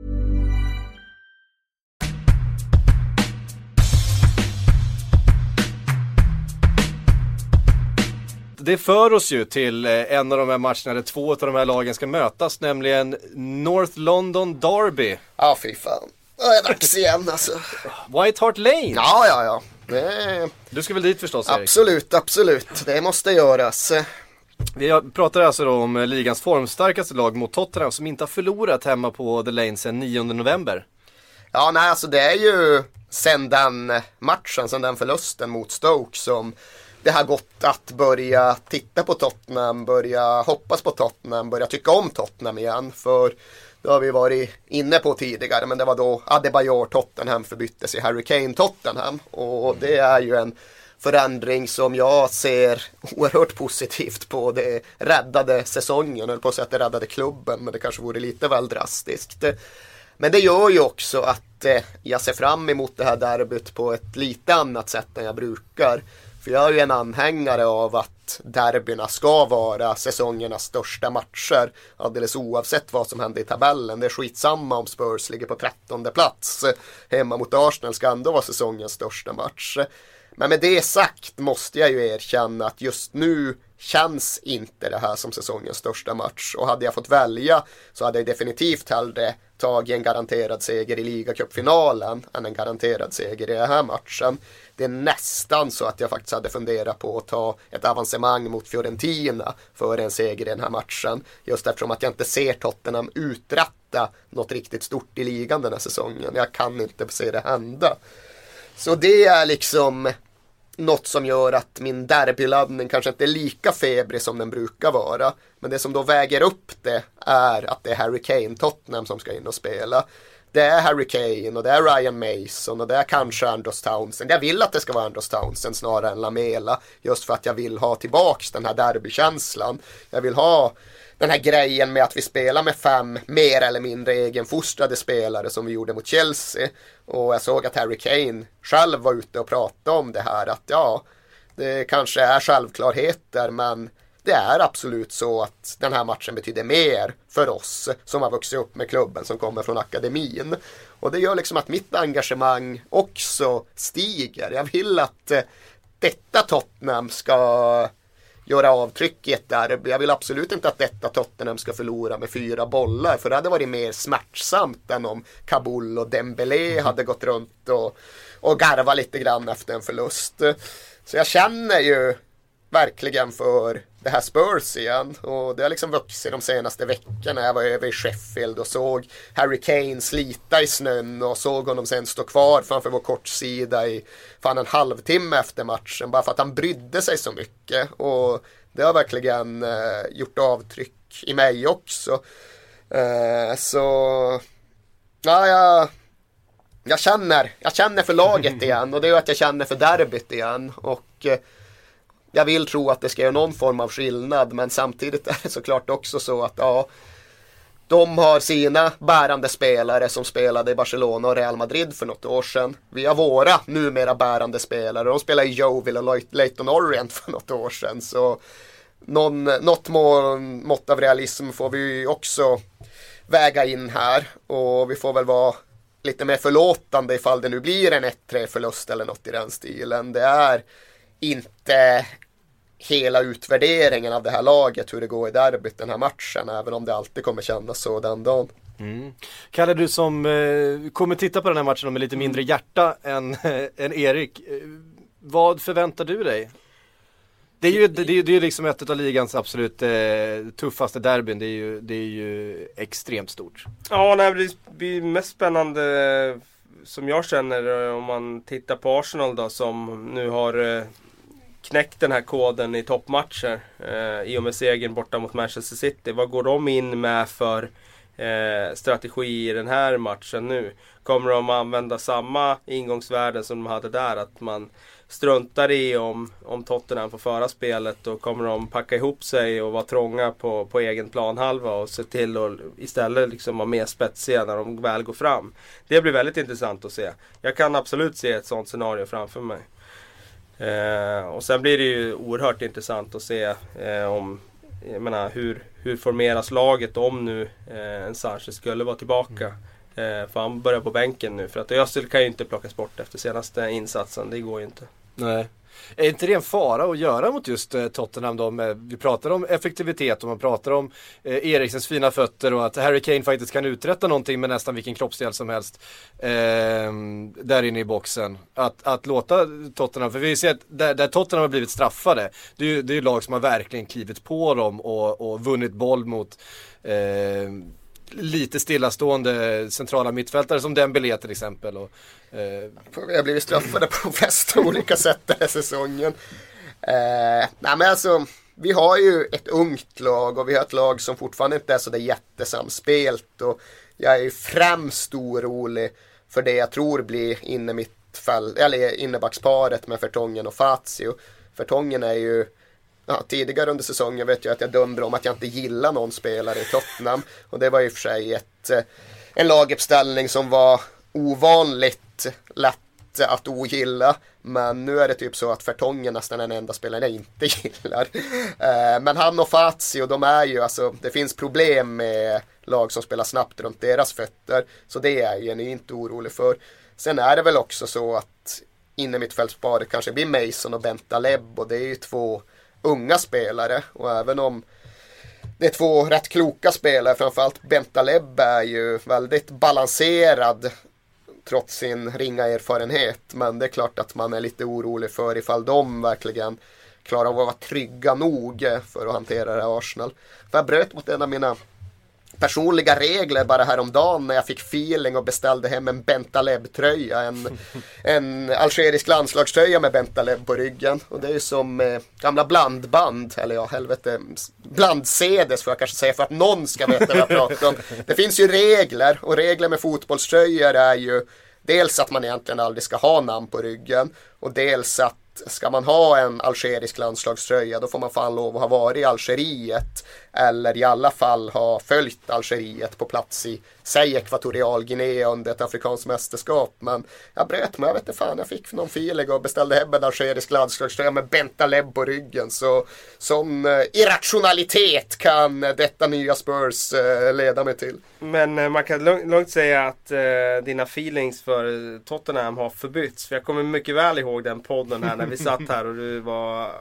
Det för oss ju till en av de här matcherna där två av de här lagen ska mötas, nämligen North London Derby. Ja, fy fan. Det är dags igen alltså. White Hart Lane. Ja, ja, ja. Det... Du ska väl dit förstås, Erik? Absolut, absolut. Det måste göras. Vi pratar alltså då om ligans formstarkaste lag mot Tottenham som inte har förlorat hemma på The Lane sedan nionde november. Ja, nej, alltså det är ju sen den matchen, sen den förlusten mot Stoke som det har gått att börja titta på Tottenham, börja hoppas på Tottenham, börja tycka om Tottenham igen. För det har vi varit inne på tidigare, men det var då Adebayor Tottenham förbyttes i Harry Kane Tottenham. Och det är ju en förändring som jag ser oerhört positivt på. Det räddade säsongen, eller på att säga att det räddade klubben, men det kanske vore lite väl drastiskt. Men det gör ju också att jag ser fram emot det här derbyt på ett lite annat sätt än jag brukar. För jag är ju en anhängare av att derbyna ska vara säsongernas största matcher. Alldeles oavsett vad som händer i tabellen. Det är skitsamma om Spurs ligger på trettonde plats. Hemma mot Arsenal ska ändå vara säsongens största match. Men med det sagt måste jag ju erkänna att just nu känns inte det här som säsongens största match. Och hade jag fått välja så hade jag definitivt hellre tagit en garanterad seger i ligacupfinalen än en garanterad seger i den här matchen. Det är nästan så att jag faktiskt hade funderat på att ta ett avancemang mot Fiorentina för en seger i den här matchen. Just eftersom att jag inte ser Tottenham uträtta något riktigt stort i ligan den här säsongen. Jag kan inte se det hända. Så det är liksom något som gör att min derbyladdning kanske inte är lika febrig som den brukar vara. Men det som då väger upp det är att det är Harry Kane Tottenham som ska in och spela. Det är Harry Kane och det är Ryan Mason och det är kanske Andros Townsend. Jag vill att det ska vara Andros Townsend snarare än Lamela. Just för att jag vill ha tillbaks den här derbykänslan. Jag vill ha den här grejen med att vi spelar med fem mer eller mindre egenfostrade spelare som vi gjorde mot Chelsea. Och jag såg att Harry Kane själv var ute och pratade om det här. Att ja, det kanske är självklarheter, men det är absolut så att den här matchen betyder mer för oss som har vuxit upp med klubben som kommer från akademin. Och det gör liksom att mitt engagemang också stiger. Jag vill att detta Tottenham ska göra avtryck i ett derby. Jag vill absolut inte att detta Tottenham ska förlora med fyra bollar, för det hade varit mer smärtsamt än om Kabul och Dembélé hade gått runt och, och garva lite grann efter en förlust. Så jag känner ju verkligen för det här Spurs igen, och det har liksom vuxit de senaste veckorna. Jag var över i Sheffield och såg Harry Kane slita i snön och såg honom sen stå kvar framför vår kortsida i fan en halvtimme efter matchen, bara för att han brydde sig så mycket. Och det har verkligen eh, gjort avtryck i mig också. Eh, så ja, jag, jag känner jag känner för laget igen, och det är att jag känner för derbyt igen. Och eh, jag vill tro att det ska göra någon form av skillnad, men samtidigt är det såklart också så att ja, de har sina bärande spelare som spelade i Barcelona och Real Madrid för något år sedan. Vi har våra numera bärande spelare. De spelade i Yeovil och Leyton Orient för något år sedan. Så någon, något må, mått av realism får vi också väga in här. Och vi får väl vara lite mer förlåtande ifall det nu blir en ett tre förlust eller något i den stilen. Det är inte hela utvärderingen av det här laget, hur det går i derbyt den här matchen, även om det alltid kommer kännas så den dagen. Mm. Kalle, du som eh, kommer titta på den här matchen med lite mindre hjärta än, än Erik, eh, vad förväntar du dig? Det är ju, det, det är ju liksom ett av ligans absolut eh, tuffaste derbyn. Det är ju, det är ju extremt stort. Ja, nej, det blir mest spännande som jag känner om man tittar på Arsenal då, som nu har eh, knäckt den här koden i toppmatcher eh, i och med segern borta mot Manchester City. Vad går de in med för eh, strategi i den här matchen nu? Kommer de använda samma ingångsvärden som de hade där, att man struntar i om, om Tottenham får föra spelet, och kommer de packa ihop sig och vara trånga på, på egen planhalva och se till att istället liksom vara mer spetsiga när de väl går fram? Det blir väldigt intressant att se. Jag kan absolut se ett sånt scenario framför mig. Eh, och sen blir det ju oerhört intressant att se eh, om, jag menar, hur, hur formeras laget om nu eh, en Sanchez skulle vara tillbaka. Eh, för han börjar på bänken nu, för att Özil kan ju inte plockas bort efter senaste insatsen, det går ju inte. Nej. Är inte det en fara att göra mot just eh, Tottenham då? Med, vi pratar om effektivitet och man pratar om eh, Eriksens fina fötter och att Harry Kane faktiskt kan uträtta någonting med nästan vilken kroppsdel som helst eh, där inne i boxen. Att, att låta Tottenham, för vi ser att där, där Tottenham har blivit straffade, det är ju det är lag som har verkligen klivit på dem och, och vunnit boll mot eh, lite stillastående centrala mittfältare som Dembélé till exempel. Och, eh... Vi har blivit straffade på de flesta olika sätt den här säsongen. Eh, nej men alltså, vi har ju ett ungt lag och vi har ett lag som fortfarande inte är så där jättesamspelt, och jag är ju främst orolig för det jag tror blir inne mittfält, eller innebacksparet med Vertonghen och Fazio. Vertonghen är ju, ja, tidigare under säsongen vet jag att jag dömde om att jag inte gillar någon spelare i Tottenham, och det var i och för sig ett, en laguppställning som var ovanligt lätt att ogilla, men nu är det typ så att Vertonghen nästan är den enda spelaren jag inte gillar. Men han och Fazio, de är ju, alltså, det finns problem med lag som spelar snabbt runt deras fötter, så det är jag inte orolig för. Sen är det väl också så att inne mittfältsparet kanske blir Mason och Bentaleb, och det är ju två unga spelare, och även om det är två rätt kloka spelare, framförallt Bentaleb är ju väldigt balanserad trots sin ringa erfarenhet, men det är klart att man är lite orolig för ifall de verkligen klarar av att vara trygga nog för att hantera det här Arsenal. För jag bröt mot en av mina personliga regler bara häromdagen när jag fick feeling och beställde hem en Bentaleb-tröja, en, en algerisk landslagströja med Bentaleb på ryggen, och det är ju som eh, gamla blandband, eller ja, helvete, blandsedes får jag kanske säga för att någon ska veta vad jag pratar om. Det finns ju regler, och regler med fotbollströjor är ju dels att man egentligen aldrig ska ha namn på ryggen, och dels att ska man ha en algerisk landslagströja, då får man fan lov att ha varit i Algeriet, eller i alla fall ha följt Algeriet på plats i, säg Ekvatorial Guinea under ett afrikanskt mästerskap. Men jag bröt mig, jag vet inte fan, jag fick någon feeling och beställde hem en algerisk landslagströja med Bentaleb på ryggen. Så sån uh, irrationalitet kan detta nya Spurs uh, leda mig till. Men uh, man kan lugnt, lugnt säga att uh, dina feelings för Tottenham har förbytts. För jag kommer mycket väl ihåg den podden här när vi satt här och du var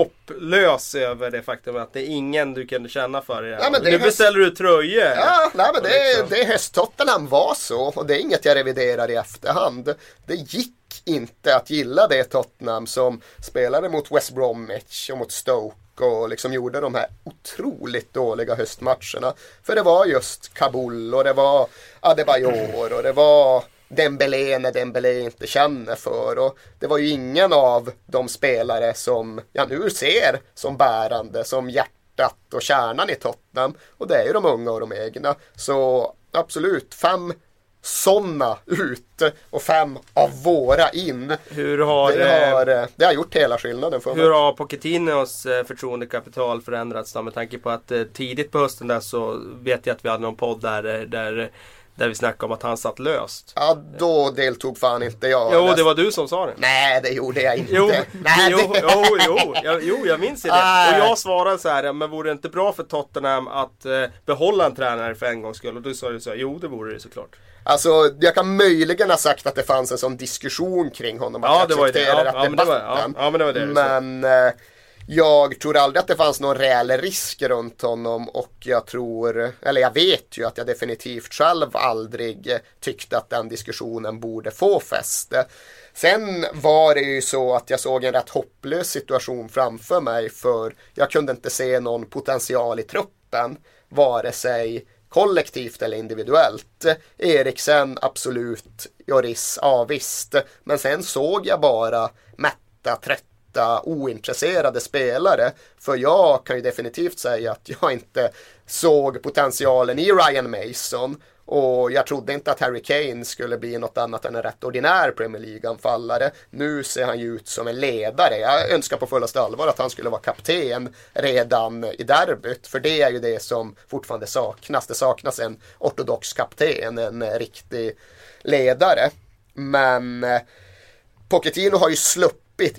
hopplös över det faktum att det är ingen du kunde känna för det. Ja, nu beställer du tröjor. Ja, nej, men det, liksom. det höst-Tottenham var så, och det är inget jag reviderar i efterhand. Det gick inte att gilla det Tottenham som spelade mot West Bromwich och mot Stoke och liksom gjorde de här otroligt dåliga höstmatcherna. För det var just Kabul och det var Adebayor och det var Dembélé när Dembélé inte känner för, och det var ju ingen av de spelare som jag nu ser som bärande, som hjärtat och kärnan i Tottenham, och det är ju de unga och de egna. Så absolut, fem sådana ut och fem av våra in. Hur har det, har, det har gjort hela skillnaden för Hur mig. har Pochettinos förtroendekapital förändrats då, med tanke på att tidigt på hösten där så vet jag att vi hade någon podd där, där Där vi snackade om att han satt löst. Ja, då deltog fan inte jag. Jo, det var du som sa det. Nej, det gjorde jag inte. Jo, Nej, jo, det... jo, jo, jag, jo, jag minns det. Och jag svarade så här, men vore det inte bra för Tottenham att eh, behålla en tränare för en gångs skull? Och du sa ju så här, jo, det vore det såklart. Alltså, jag kan möjligen ha sagt att det fanns en sån diskussion kring honom. Att ja, jag det var det. Ja, ja, men det var, ja, ja, men det var det. Men eh, jag tror aldrig att det fanns någon reell risk runt honom, och jag tror, eller jag vet ju att jag definitivt själv aldrig tyckte att den diskussionen borde få fäste. Sen var det ju så att jag såg en rätt hopplös situation framför mig, för jag kunde inte se någon potential i truppen, vare sig kollektivt eller individuellt. Eriksen absolut, Joris avvisst, men sen såg jag bara mätta, trötta, ointresserade spelare. För jag kan ju definitivt säga att jag inte såg potentialen i Ryan Mason, och jag trodde inte att Harry Kane skulle bli något annat än en rätt ordinär Premier League-anfallare. Nu ser han ju ut som en ledare. Jag önskar på fullaste allvar att han skulle vara kapten redan i derbyt, för det är ju det som fortfarande saknas. Det saknas en ortodox kapten, en riktig ledare. Men Pochettino har ju sluppit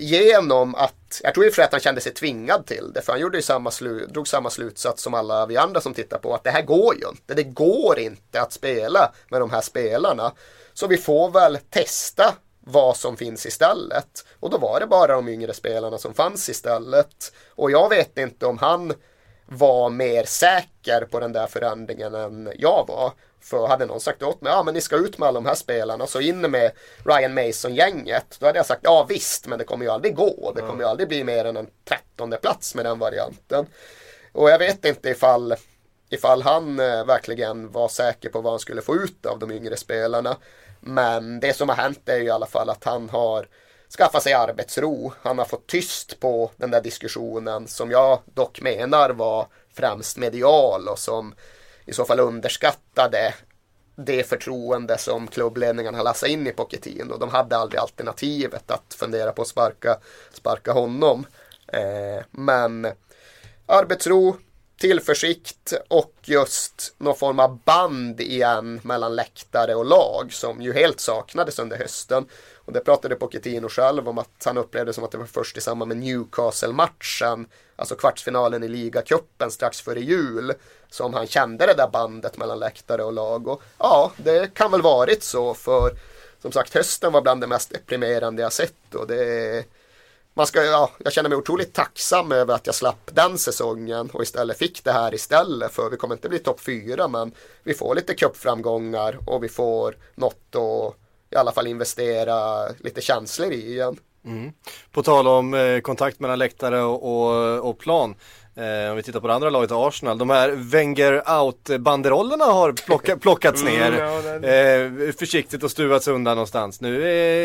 genom att, jag tror ju för att han kände sig tvingad till det, för han gjorde ju samma slu, drog samma slutsats som alla vi andra som tittar på, att det här går ju inte, det går inte att spela med de här spelarna, så vi får väl testa vad som finns istället. Och då var det bara de yngre spelarna som fanns istället, och jag vet inte om han var mer säker på den där förändringen än jag var. För hade någon sagt åt mig, ja men ni ska ut med alla de här spelarna, så in med Ryan Mason-gänget, då hade jag sagt, ja visst, men det kommer ju aldrig gå. Det kommer ju aldrig bli mer än en trettonde plats med den varianten. Och jag vet inte ifall, ifall han eh, verkligen var säker på vad han skulle få ut av de yngre spelarna. Men det som har hänt är ju i alla fall att han har skaffat sig arbetsro. Han har fått tyst på den där diskussionen, som jag dock menar var främst medial, och som i så fall underskattade det förtroende som klubbledningen har lastat in i Pochettino, och de hade aldrig alternativet att fundera på att sparka, sparka honom. Eh, men arbetsro, tillförsikt och just någon form av band igen mellan läktare och lag, som ju helt saknades under hösten. Och det pratade Pochettino själv om, att han upplevde som att det var först i samband med Newcastle-matchen, alltså kvartsfinalen i ligacupen strax före jul, som han kände det där bandet mellan läktare och lag. Och ja, det kan väl varit så, för som sagt, hösten var bland det mest deprimerande jag sett. Och det, man ska, ja, jag känner mig otroligt tacksam över att jag slapp den säsongen och istället fick det här istället. För vi kommer inte bli topp fyra, men vi får lite cupframgångar och vi får något att i alla fall investera lite känslor i igen. Mm. På tal om eh, kontakt mellan läktare och, och, och plan. Eh, om vi tittar på det andra laget, Arsenal. De här Wenger out-banderollerna har plocka, plockats ner. Mm, ja, den... eh, försiktigt och stuvats undan någonstans. Nu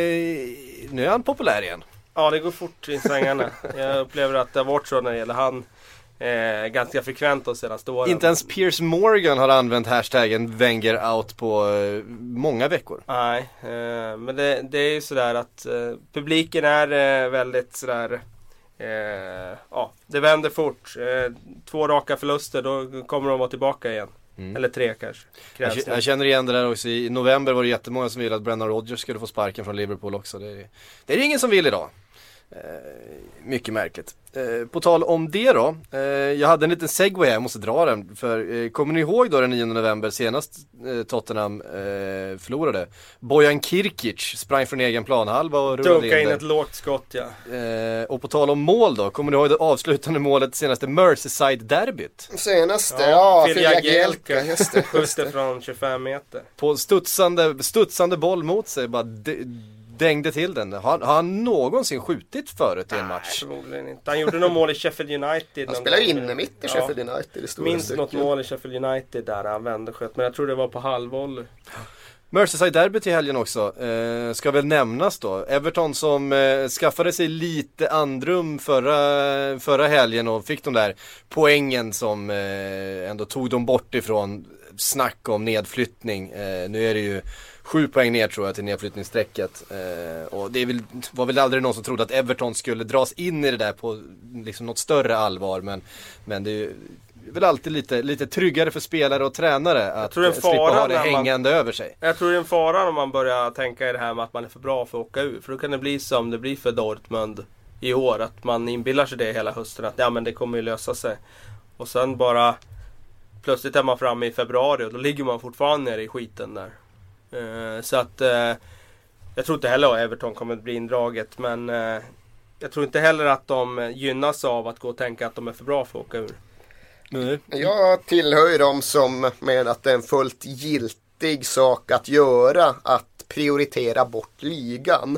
är, nu är han populär igen. Ja, det går fort i svängarna. Jag upplever att det har varit så när det gäller han. Eh, ganska frekvent de senaste åren. Inte ens Piers Morgan har använt hashtaggen Wenger out på eh, många veckor. Nej, eh, men det, det är ju sådär att eh, publiken är eh, väldigt sådär eh, ja, det vänder fort. Eh, två raka förluster, då kommer de vara tillbaka igen. Mm. Eller tre kanske. Jag, jag känner igen det där också. I november var det jättemånga som ville att Brendan Rodgers skulle få sparken från Liverpool också. Det är, det är ingen som vill idag. Eh, mycket märkligt. Eh, på tal om det då, eh, jag hade en liten segway, jag måste dra den. För eh, kommer ni ihåg då den nionde november senast eh, Tottenham eh, förlorade? Bojan Kirkic sprang från egen planhalva och rullade in, in ett lågt skott, ja. Eh, och på tal om mål då, kommer ni ihåg det avslutande målet senaste Merseyside-derbyt? Senaste, ja, ja Filja Gielka, just det. Skjuter från tjugofem meter. På studsande, studsande boll mot sig, bara d- dängde till den. Har, har han någonsin skjutit förut i en match? Nej, förmodligen inte. Han gjorde någon mål i Sheffield United. Han spelade inne mitt i Sheffield ja. United. I minst stycken. Något mål i Sheffield United där han vände sköt. Men jag tror det var på halvvolley. Merseyside-derbyt i helgen också. Eh, ska väl nämnas då. Everton som eh, skaffade sig lite andrum förra, förra helgen och fick de där poängen som eh, ändå tog dem bort ifrån snack om nedflyttning. Eh, nu är det ju Sju poäng ner tror jag till nedflyttningssträcket. Eh, och det är väl, var väl aldrig någon som trodde att Everton skulle dras in i det där på liksom något större allvar. Men, men det är ju väl alltid lite, lite tryggare för spelare och tränare att slippa ha det hängande man, över sig. Jag tror det är en fara om man börjar tänka i det här med att man är för bra för att åka ur. För då kan det bli som det blir för Dortmund i år. Att man inbillar sig det hela hösten. Att ja, men det kommer ju lösa sig. Och sen bara plötsligt är man framme i februari och då ligger man fortfarande nere i skiten där. Uh, så att uh, jag tror inte heller att Everton kommer att bli indraget, men uh, jag tror inte heller att de gynnas av att gå och tänka att de är för bra för att åka ur. Mm. Jag tillhör ju de som menar att det är en fullt giltig sak att göra, att prioritera bort ligan.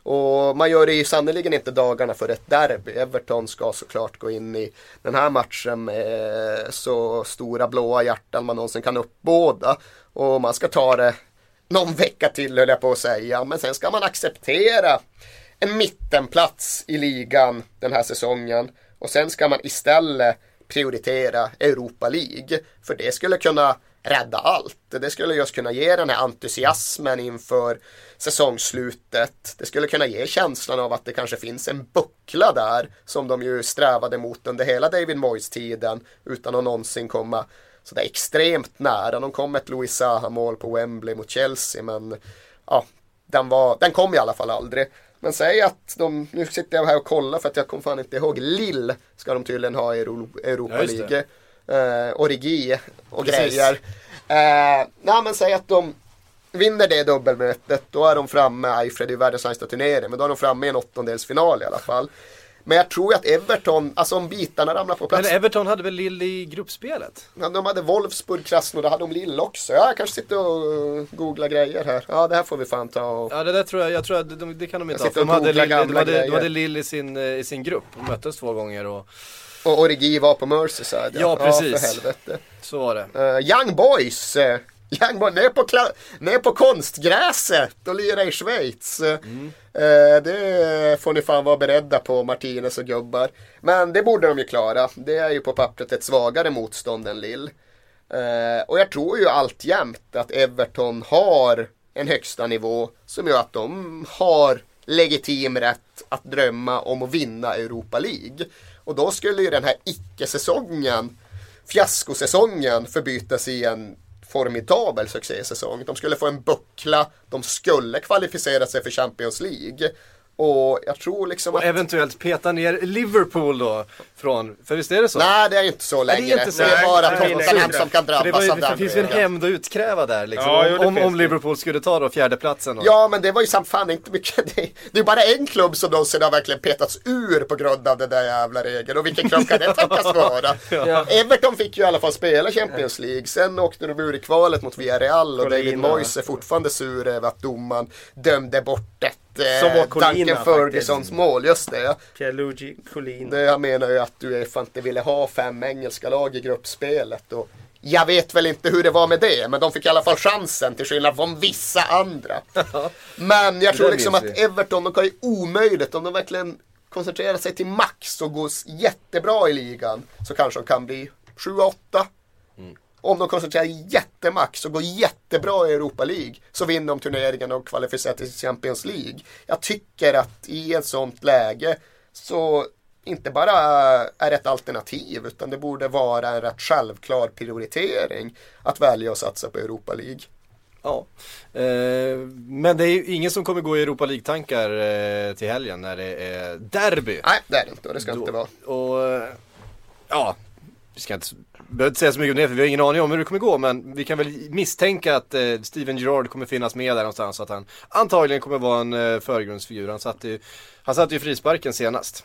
Och man gör det ju sannolikt inte dagarna för ett derby. Everton ska såklart gå in i den här matchen med så stora blåa hjärtan man någonsin kan uppbåda. Och man ska ta det någon vecka till, höll jag på att säga. Men sen ska man acceptera en mittenplats i ligan den här säsongen. Och sen ska man istället prioritera Europa League. För det skulle kunna rädda allt. Det skulle just kunna ge den här entusiasmen inför säsongsslutet. Det skulle kunna ge känslan av att det kanske finns en buckla där som de ju strävade mot under hela David Moyes-tiden utan att någonsin komma så där extremt nära. De kom ett Louis Saha-mål på Wembley mot Chelsea, men ja, den, var, den kom i alla fall aldrig. Men säg att de, nu sitter jag här och kollar för att jag kommer fan inte ihåg, Lille ska de tydligen ha i Europa League. Uh, Origi och Precis. grejer. Uh, nej, men säg att de vinner det dubbelmötet, då är de framme, Eifred i världens längsta turnering, men då är de framme i en åttondelsfinal i alla fall. Men jag tror att Everton, alltså om bitarna ramlar på plats. Men Everton hade väl Lille i gruppspelet? Ja, de hade Wolfsburg, Krasnodar, då hade de Lille också. Ja, jag kanske sitter och googlar grejer här. Ja, det här får vi fan ta och... Ja, det där tror jag, jag tror att de, det kan de inte ha. De hade, Lille, de, hade, de hade Lille i sin, i sin grupp och möttes två gånger och... Och Origi var på Merseyside. Ja, precis. Ja, för helvete. Så var det. Uh, Young Boys. Uh, Young Boys, ner på, kla- ner på konstgräset och lira i Schweiz. Mm. Uh, det får ni fan vara beredda på, Martinez och gubbar. Men det borde de ju klara. Det är ju på pappret ett svagare motstånd än Lille. Uh, och jag tror ju alltjämt att Everton har en högsta nivå som gör att de har legitim rätt att drömma om att vinna Europa League. Och då skulle ju den här icke-säsongen, fiaskosäsongen, förbytas i en formidabel succésäsong. De skulle få en buckla, de skulle kvalificera sig för Champions League. Och jag tror liksom och att... eventuellt peta ner Liverpool då från, för visst är det så? Nej, det är inte så längre. Nej, det är inte så. Det är bara Nej, Tottenham som kan drabbas det, var ju, av den. det finns ju en hämnd att utkräva där liksom, Ja, jo, det om, om finns Liverpool skulle ta då fjärdeplatsen. Och... Ja, men det var ju samt fan inte mycket. Det, det är bara en klubb som någonsin har verkligen petats ur på grund av det där jävla regeln. Och vilken klubb kan det tänkas vara? Ja. Everton fick ju i alla fall spela Champions League. Sen åkte de ur i kvalet mot Villarreal. Och Colina. David Moyes är fortfarande sur över att domaren dömde bort ett Som var eh, Colina, Duncan Fergusons faktiskt. mål. Just det, ja. Pierluigi Collin. Det jag menar ju att UEFA inte ville ha fem engelska lag i gruppspelet. Och jag vet väl inte hur det var med det, men de fick i alla fall chansen till skillnad från vissa andra. Men jag tror liksom att Everton, de kan ju omöjligt, om de verkligen koncentrerar sig till max och går jättebra i ligan, så kanske de kan bli sju åtta. Mm. Om de koncentrerar jättemax och går jättebra i Europa League, så vinner de turneringen och kvalificerar till Champions League. Jag tycker att i ett sånt läge så inte bara är ett alternativ, utan det borde vara en rätt självklar prioritering att välja att satsa på Europa League. Ja, eh, men det är ju ingen som kommer gå i Europa League-tankar eh, till helgen när det är derby. Nej, det är det inte, och det ska Då, inte vara. Och ja, vi ska inte, behöver inte säga så mycket om det, för vi har ingen aning om hur det kommer gå, men vi kan väl misstänka att eh, Steven Gerrard kommer finnas med där någonstans, så att han antagligen kommer vara en eh, förgrundsfigur. Han satt ju, han satt ju frisparken senast.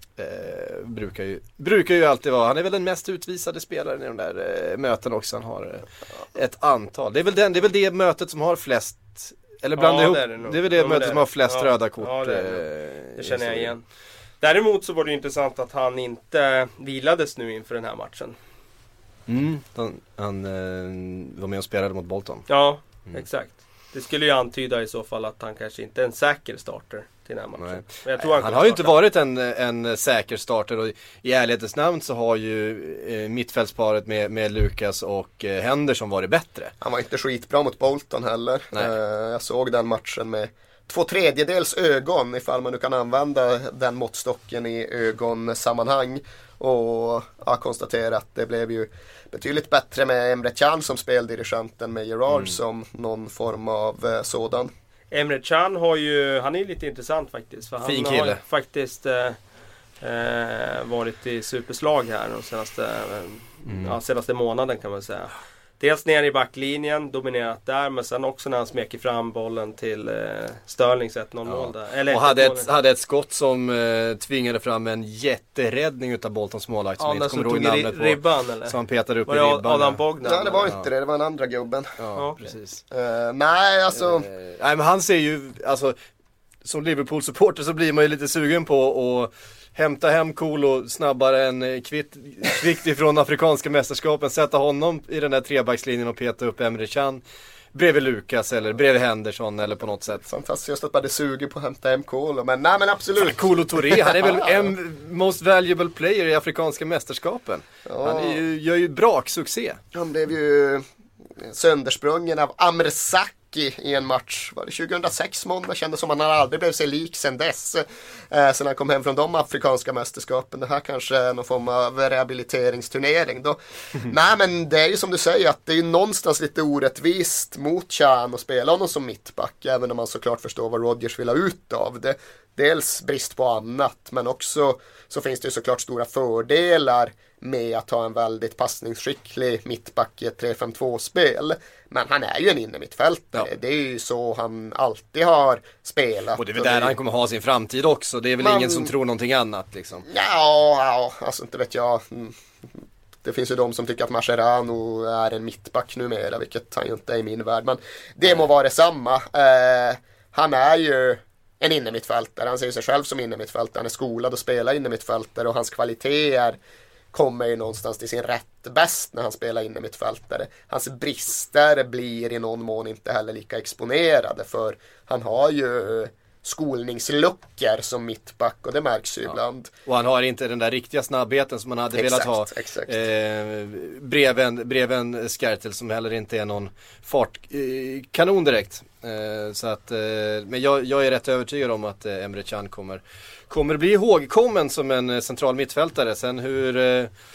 Eh, brukar, ju, brukar ju alltid vara. Han är väl den mest utvisade spelaren i de där eh, möten också. Han har eh, ett antal. Det är väl den, det är väl det mötet som har flest, eller bland Ja, ihop. det är Det, det nog. är väl det Jo, men mötet det är som har det. flest Ja. röda kort. Ja, det är eh, Det känner jag i igen. Däremot så var det intressant att han inte vilades nu inför den här matchen. Mm, han han eh, var med och spelade mot Bolton. Ja, Mm. exakt. Det skulle ju antyda i så fall att han kanske inte är en säker starter till den här matchen. Nej. Men jag tror Han, han, han har ju inte varit en, en säker starter, och i ärlighetens namn så har ju eh, mittfältsparet med, med Lucas och eh, Henderson varit bättre. Han var inte skitbra mot Bolton heller. Nej. Eh, jag såg den matchen med två tredjedels ögon, ifall man nu kan använda den måttstocken i ögonsammanhang. Och jag konstaterar att det blev ju betydligt bättre med Emre Can som speldirigent än med Gerrard mm. som någon form av eh, sådan. Emre Can har ju, han är ju lite intressant faktiskt. För Fin han kille. har faktiskt eh, eh, varit i superslag här de senaste, eh, mm. ja, senaste månaden kan man säga. Dels ner i backlinjen, dominerat där, men sen också när han smeker fram bollen till eh, Sterlings ett noll mål där. Eller och hade ett, hade ett skott som eh, tvingade fram en jätteräddning utav Boltons målvakt som ja, jag inte kommer som ihåg tog namnet på. ribban, eller? Så han petade upp var i det ribban. Adam Bogdan? Nej, det var inte ja. det, det var en andra gubben. Ja, Ja, okay. precis. Uh, nej, alltså... Uh, nej, men han ser ju, alltså som Liverpool-supporter så blir man ju lite sugen på att hämta hem Kolo snabbare än kvitt, kvickt ifrån afrikanska mästerskapen, sätta honom i den där trebackslinjen och peta upp Emre Can bredvid Lucas eller bredvid Henderson eller på något sätt. Fantastiskt just att man är sugen på att hämta hem Kolo, men nej men absolut. Kolo Touré, han är väl en most valuable player i afrikanska mästerskapen. Ja. Han är ju, gör ju braksuccé. Han blev ju söndersprungen av Amr Saki i en match. Var det tjugohundrasex måndag? Kändes som att han aldrig blev sig lik sen dess. Eh, sen han kom hem från de afrikanska mästerskapen. Det här kanske är någon form av rehabiliteringsturnering då. Nej, men det är ju som du säger att det är ju någonstans lite orättvist mot Can att spela honom som mittback. Även om man såklart förstår vad Rodgers vill ha ut av det. Dels brist på annat, men också så finns det ju såklart stora fördelar med att ha en väldigt passningsskicklig mittback i ett tre fem två-spel. Men han är ju en innermittfältare. Ja. Det är ju så han alltid har spelat. Och det är väl där det... han kommer ha sin framtid också. Det är väl Man... ingen som tror någonting annat liksom. Ja, ja, alltså inte vet jag. Det finns ju de som tycker att Mascherano är en mittback numera, vilket han ju inte är i min värld. Men det må vara detsamma. Eh, han är ju en innermittfältare. Han ser sig själv som innermittfältare. Han är skolad att spela innermittfältare och hans kvaliteter kommer ju någonstans till sin rätt bäst när han spelar innermittfältare. Hans brister blir i någon mån inte heller lika exponerade, för han har ju skolningsluckor som mittback och det märks ju ja. ibland. Och han har inte den där riktiga snabbheten som man hade exakt, velat ha exakt. Eh, breven, breven Skertel som heller inte är någon fartkanon eh, direkt. Eh, så att, eh, men jag, jag är rätt övertygad om att eh, Emre Can kommer, kommer bli ihågkommen som en eh, central mittfältare. Sen hur... Eh,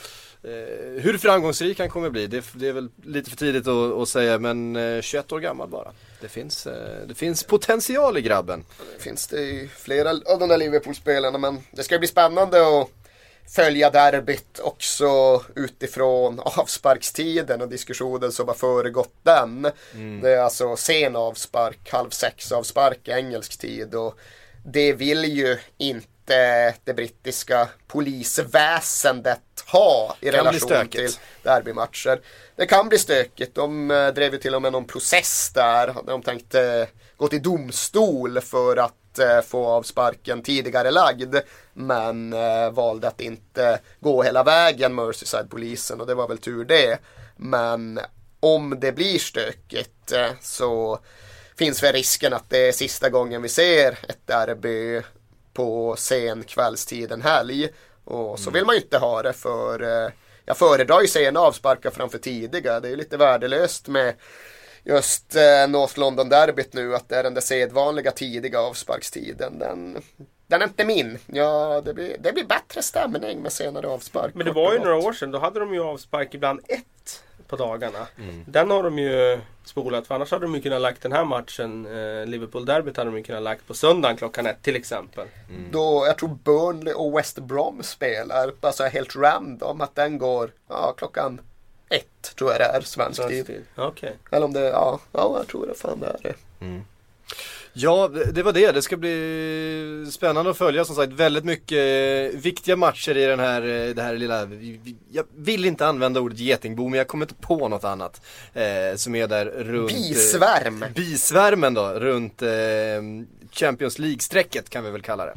Eh, hur framgångsrik han kommer bli, det, det är väl lite för tidigt att, att säga, men eh, tjugoett år gammal bara. Det finns, eh, det finns potential i grabben. Det finns det i flera av de där Liverpool-spelarna, men det ska bli spännande att följa derbyt också utifrån avsparkstiden och diskussionen som har föregått den. Mm. Det är alltså sen avspark, halv sex avspark i engelsk tid, och det vill ju inte det brittiska polisväsendet ha i relation till derbymatcher. Det kan bli stökigt. De eh, drev ju till och med någon process där. De tänkte eh, gå till domstol för att eh, få avsparken tidigare lagd, men eh, valde att inte gå hela vägen, Merseyside-polisen, och det var väl tur det. Men om det blir stökigt eh, så finns väl risken att det är sista gången vi ser ett derby på sen kvällstid en helg, och så vill man ju inte ha det, för eh, jag föredrar ju sena avsparkar framför tidiga. Det är ju lite värdelöst med just eh, North London-derbyt nu, att det är den där sedvanliga tidiga avsparkstiden. Den, den är inte min. Ja, det blir, det blir bättre stämning med senare avspark. Men det var ju några år sedan, då hade de ju avspark ibland ett på dagarna. Mm. Den har de ju spolat, för annars hade de ju kunnat lagt den här matchen, eh, Liverpool-derbyt hade de ju kunnat lagt på söndagen klockan ett till exempel. Mm. Då, jag tror Burnley och West Brom spelar, alltså helt random, att den går ja, klockan ett, tror jag det är, svensk tid. tid. Okay. Eller om det, ja, ja, jag tror det fan det är det. Mm. Ja, det var det. Det ska bli spännande att följa, som sagt, väldigt mycket viktiga matcher i den här, det här lilla, jag vill inte använda ordet getingbo, men jag kommer inte på något annat eh, som är där runt bisvärm. Eh, bisvärmen då, runt eh, Champions League-strecket kan vi väl kalla det.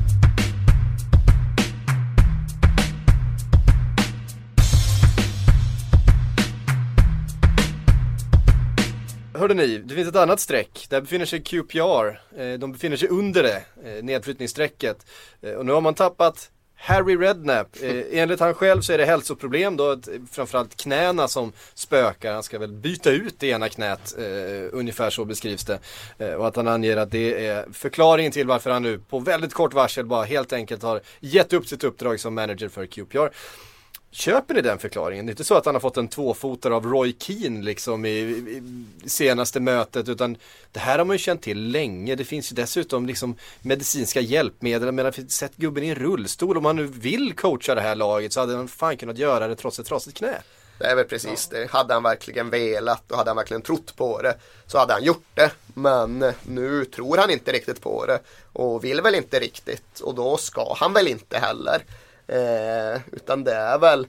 Hörde ni, det finns ett annat streck. Där befinner sig Q P R. De befinner sig under det, nedflyttningsstrecket. Och nu har man tappat Harry Redknapp. Enligt han själv så är det hälsoproblem då, framförallt knäna som spökar. Han ska väl byta ut det ena knät, ungefär så beskrivs det. Och att han anger att det är förklaringen till varför han nu på väldigt kort varsel bara helt enkelt har gett upp sitt uppdrag som manager för Q P R. Köper ni den förklaringen? Det är inte så att han har fått en tvåfotare av Roy Keane liksom i, i, i senaste mötet, utan det här har man ju känt till länge. Det finns ju dessutom liksom medicinska hjälpmedel. Men att sett gubben i en rullstol, om man nu vill coacha det här laget så hade han fan kunnat göra det trots ett trasigt knä. Det är väl precis ja. det. Hade han verkligen velat och hade han verkligen trott på det så hade han gjort det. Men nu tror han inte riktigt på det och vill väl inte riktigt, och då ska han väl inte heller. Eh, utan det är väl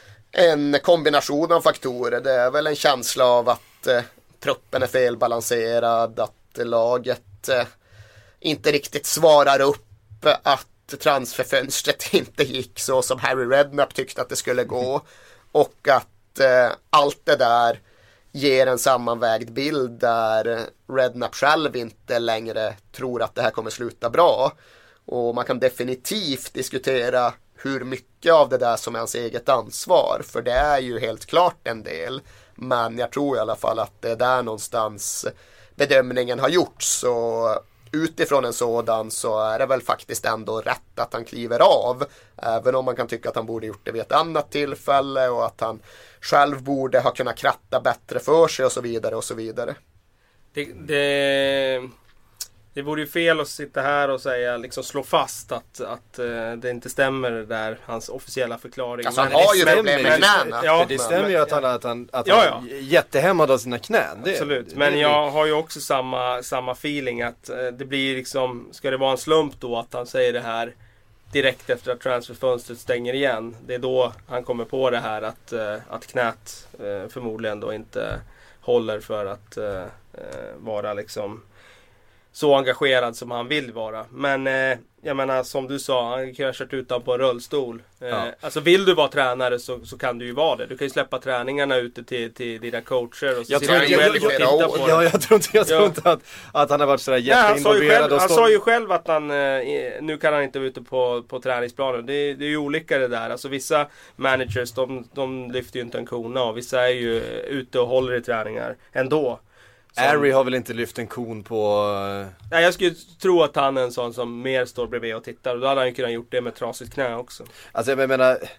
en kombination av faktorer. Det är väl en känsla av att eh, truppen är felbalanserad, att laget eh, inte riktigt svarar upp, att transferfönstret inte gick så som Harry Redknapp tyckte att det skulle gå, och att eh, allt det där ger en sammanvägd bild där Redknapp själv inte längre tror att det här kommer sluta bra. Och man kan definitivt diskutera hur mycket av det där som är hans eget ansvar, för det är ju helt klart en del, men jag tror i alla fall att det är där någonstans bedömningen har gjorts, så utifrån en sådan så är det väl faktiskt ändå rätt att han kliver av, även om man kan tycka att han borde gjort det vid ett annat tillfälle och att han själv borde ha kunnat kratta bättre för sig och så vidare och så vidare. Det... det... Det vore ju fel att sitta här och säga, liksom slå fast att, att uh, det inte stämmer där, hans officiella förklaring. Alltså han har ju problem med knäna. Ja, det stämmer ju att han, att han, att ja, han ja. är jättehämmad av sina knän. Det, Absolut, det, men det, jag har ju också samma, samma feeling att uh, det blir liksom, ska det vara en slump då att han säger det här direkt efter att transferfönstret stänger igen. Det är då han kommer på det här att, uh, att knät uh, förmodligen då inte håller för att uh, uh, vara liksom så engagerad som han vill vara. Men eh, jag menar, som du sa, han kan ha kört utan på en rullstol. Eh, ja. Alltså vill du vara tränare så, så kan du ju vara det. Du kan ju släppa träningarna ute till, till dina coacher och så jag tror inte, själv och titta på ja, jag tror inte, jag tror ja. inte att, att han har varit sådär jätteinvolverad. Han, han sa ju själv att han eh, nu kan han inte vara ute på, på träningsplanen. Det, det är ju olika det där. Alltså vissa managers, de, de lyfter ju inte en kona, och vissa är ju ute och håller i träningar ändå. Som... Harry har väl inte lyft en kon på... Nej, jag skulle tro att han är en sån som mer står bredvid och tittar. Och då hade han ju kunnat gjort det med trasigt knä också. Alltså jag menar,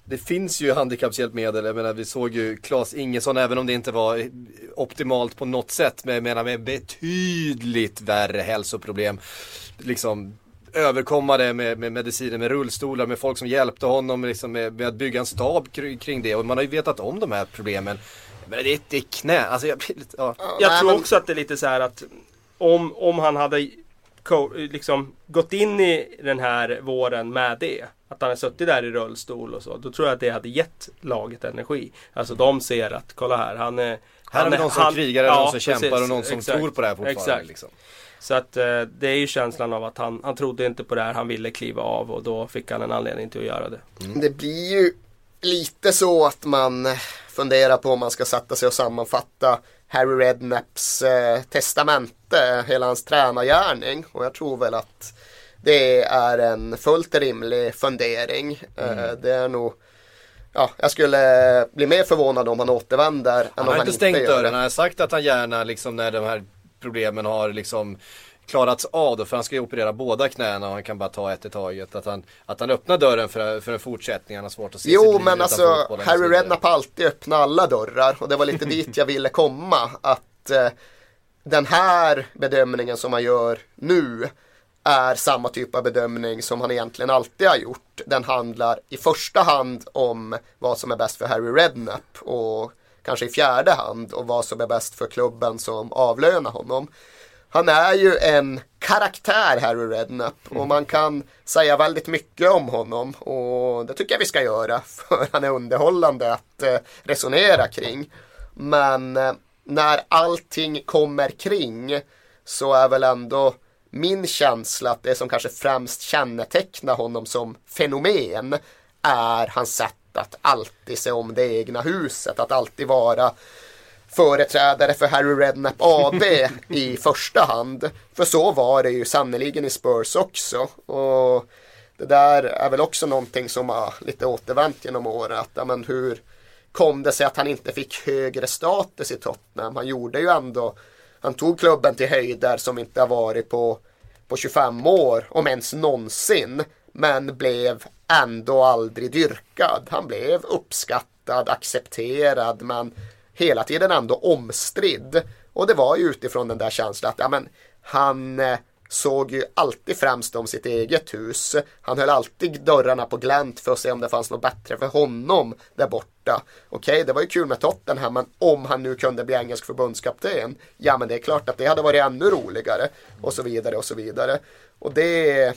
det finns ju handikappshjälpmedel. Jag menar, vi såg ju Claes Ingesson, även om det inte var optimalt på något sätt, men jag menar med betydligt värre hälsoproblem. Liksom överkomma det med, med mediciner, med rullstolar, med folk som hjälpte honom liksom med, med att bygga en stab kring det. Och man har ju vetat om de här problemen. Men det är, det är knä. Alltså jag, ja. jag tror också att det är lite så här att om, om han hade liksom gått in i den här våren med det, att han har suttit där i rullstol och så, då tror jag att det hade gett laget energi. Alltså de ser att, kolla här, han är... Här har vi någon som han, krigar, ja, någon som kämpar precis, och någon som exakt, tror på det här fortfarande. Exakt. Liksom. Så att eh, det är ju känslan av att han, han trodde inte på det här, han ville kliva av och då fick han en anledning till att göra det. Mm. Det blir ju lite så att man funderar på om man ska sätta sig och sammanfatta Harry Redknapps eh, testamente, hela hans tränargärning, och jag tror väl att det är en fullt rimlig fundering. Mm. Eh, det är nog, ja, jag skulle bli mer förvånad om han återvänder än han om har han inte stängt inte gör dörren. det. Han har sagt att han gärna liksom, när de här problemen har liksom klarats av då, för han ska ju operera båda knäna och han kan bara ta ett i taget, att han, att han öppnar dörren för, för en fortsättning. Han har svårt att se jo men alltså Harry Redknapp har alltid öppnat alla dörrar, och det var lite dit jag ville komma, att eh, den här bedömningen som han gör nu är samma typ av bedömning som han egentligen alltid har gjort. Den handlar i första hand om vad som är bäst för Harry Redknapp, och kanske i fjärde hand om vad som är bäst för klubben som avlönar honom. Han är ju en karaktär, Harry Redknapp, och man kan säga väldigt mycket om honom, och det tycker jag vi ska göra, för han är underhållande att eh, resonera kring. Men eh, när allting kommer kring så är väl ändå min känsla att det som kanske främst kännetecknar honom som fenomen är hans sätt att alltid se om det egna huset, att alltid vara företrädare för Harry Redknapp A B i första hand. För så var det ju sannoliken i Spurs också, och det där är väl också någonting som har lite återvänt genom åren, att ja, men hur kom det sig att han inte fick högre status i Tottenham? Han gjorde ju ändå, han tog klubben till höjder som inte har varit på, på tjugofem år, om ens någonsin, men blev ändå aldrig dyrkad. Han blev uppskattad, accepterad, men hela tiden ändå omstridd. Och det var ju utifrån den där känslan att ja, men, han eh, såg ju alltid främst om sitt eget hus. Han höll alltid dörrarna på glänt för att se om det fanns något bättre för honom där borta. Okej, det var ju kul med Tottenham, men om han nu kunde bli engelsk förbundskapten, ja men det är klart att det hade varit ännu roligare, och så vidare och så vidare. Och det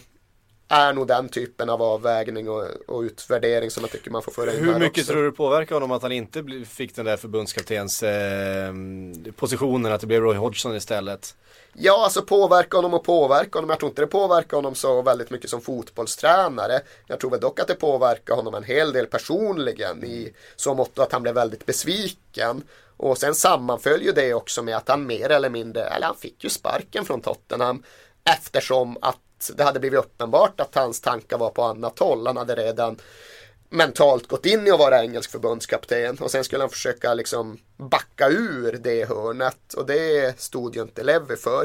är nog den typen av avvägning och, och utvärdering som jag tycker man får föra in. Hur mycket också. tror du påverkar honom att han inte fick den där förbundskaptens eh, positionen, att det blev Roy Hodgson istället? Ja, alltså påverka honom och påverka honom. Jag tror inte det påverkar honom så väldigt mycket som fotbollstränare. Jag tror väl dock att det påverkar honom en hel del personligen, i så mått att han blev väldigt besviken. Och sen sammanföljer det också med att han mer eller mindre, eller han fick ju sparken från Tottenham, eftersom att det hade blivit uppenbart att hans tankar var på annat håll. Han hade redan mentalt gått in i att vara engelsk förbundskapten, och sen skulle han försöka liksom backa ur det hörnet, och det stod ju inte Levy för.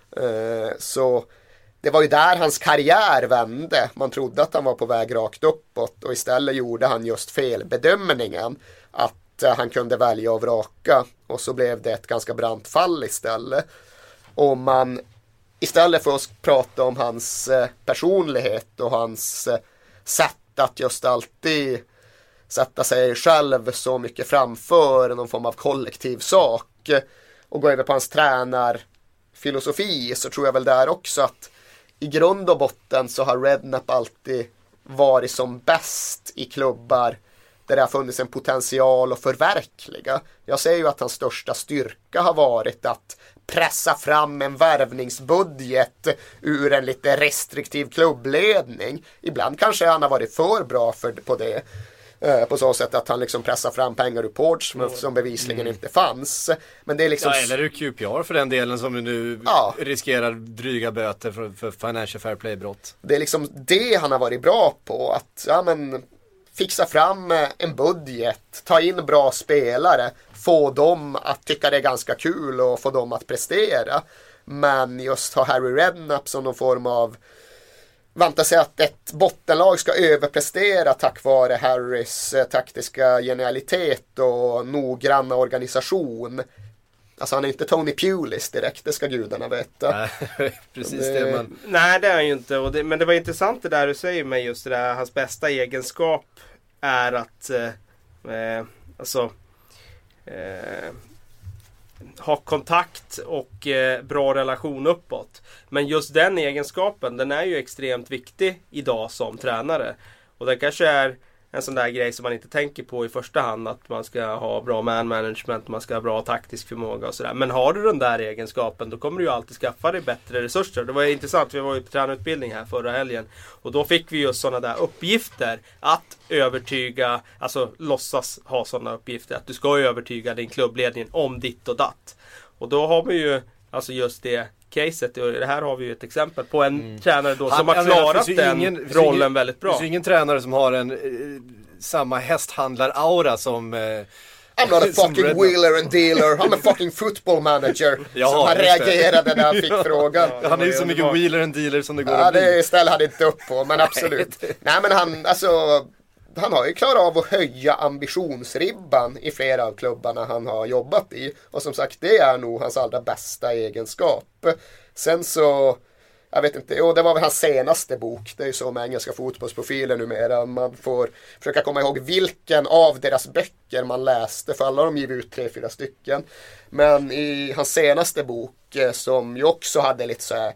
Så det var ju där hans karriär vände. Man trodde att han var på väg rakt uppåt, och istället gjorde han just felbedömningen att han kunde välja och vraka, och så blev det ett ganska brant fall istället. Och man istället för att prata om hans personlighet och hans sätt att just alltid sätta sig själv så mycket framför någon form av kollektiv sak och gå över på hans tränarfilosofi, så tror jag väl där också att i grund och botten så har Redknapp alltid varit som bäst i klubbar där det har funnits en potential att förverkliga. Jag säger ju att hans största styrka har varit att pressa fram en värvningsbudget ur en lite restriktiv klubbledning. Ibland kanske han har varit för bra för, på det. Eh, på så sätt att han liksom pressar fram pengar ur Portsmouth som bevisligen mm. inte fanns. Men det är liksom... Ja, eller ur Q P R för den delen som nu ja. riskerar dryga böter för, för Financial Fair Play-brott. Det är liksom det han har varit bra på. Att ja, men, fixa fram en budget, ta in bra spelare, få dem att tycka det är ganska kul och få dem att prestera. Men just ha Harry Redknapp som någon form av vänta sig att ett bottenlag ska överprestera tack vare Harrys eh, taktiska genialitet och noggranna organisation. Alltså han är inte Tony Pulis direkt, det ska gudarna veta. Nej, precis det... det man... Nej, det är han ju inte. Och det, men det var intressant det där du säger med just det där. Hans bästa egenskap är att eh, alltså eh, ha kontakt och eh, bra relation uppåt. Men just den egenskapen, den är ju extremt viktig idag som tränare. Och det kanske är en sån där grej som man inte tänker på i första hand, att man ska ha bra man management, man ska ha bra taktisk förmåga och sådär. Men har du den där egenskapen, då kommer du ju alltid skaffa dig bättre resurser. Det var intressant, vi var ju på tränarutbildning här förra helgen och då fick vi just sådana där uppgifter att övertyga, alltså låtsas ha sådana uppgifter att du ska övertyga din klubbledning om ditt och datt. Och då har vi ju alltså just det caset, och det här har vi ju ett exempel på en mm. tränare då som Han, har klarat menar, den ingen, rollen ingen, väldigt bra. Det finns ju ingen tränare som har en eh, samma hästhandlar-aura som... Eh, I'm not a fucking wheeler and dealer, I'm a fucking football manager. Ja, som han reagerade när han fick frågan. Ja, han är ju så mycket wheeler and dealer som det går ja, att bli. Det ställer han inte upp på, men absolut. Nej, men han, alltså... Han har ju klarat av att höja ambitionsribban i flera av klubbarna han har jobbat i. Och som sagt, det är nog hans allra bästa egenskap. Sen så, jag vet inte, jo, det var väl hans senaste bok. Det är ju så med engelska fotbollsprofiler numera. Man får försöka komma ihåg vilken av deras böcker man läste. För alla har de givit ut tre, fyra stycken. Men i hans senaste bok, som ju också hade lite så här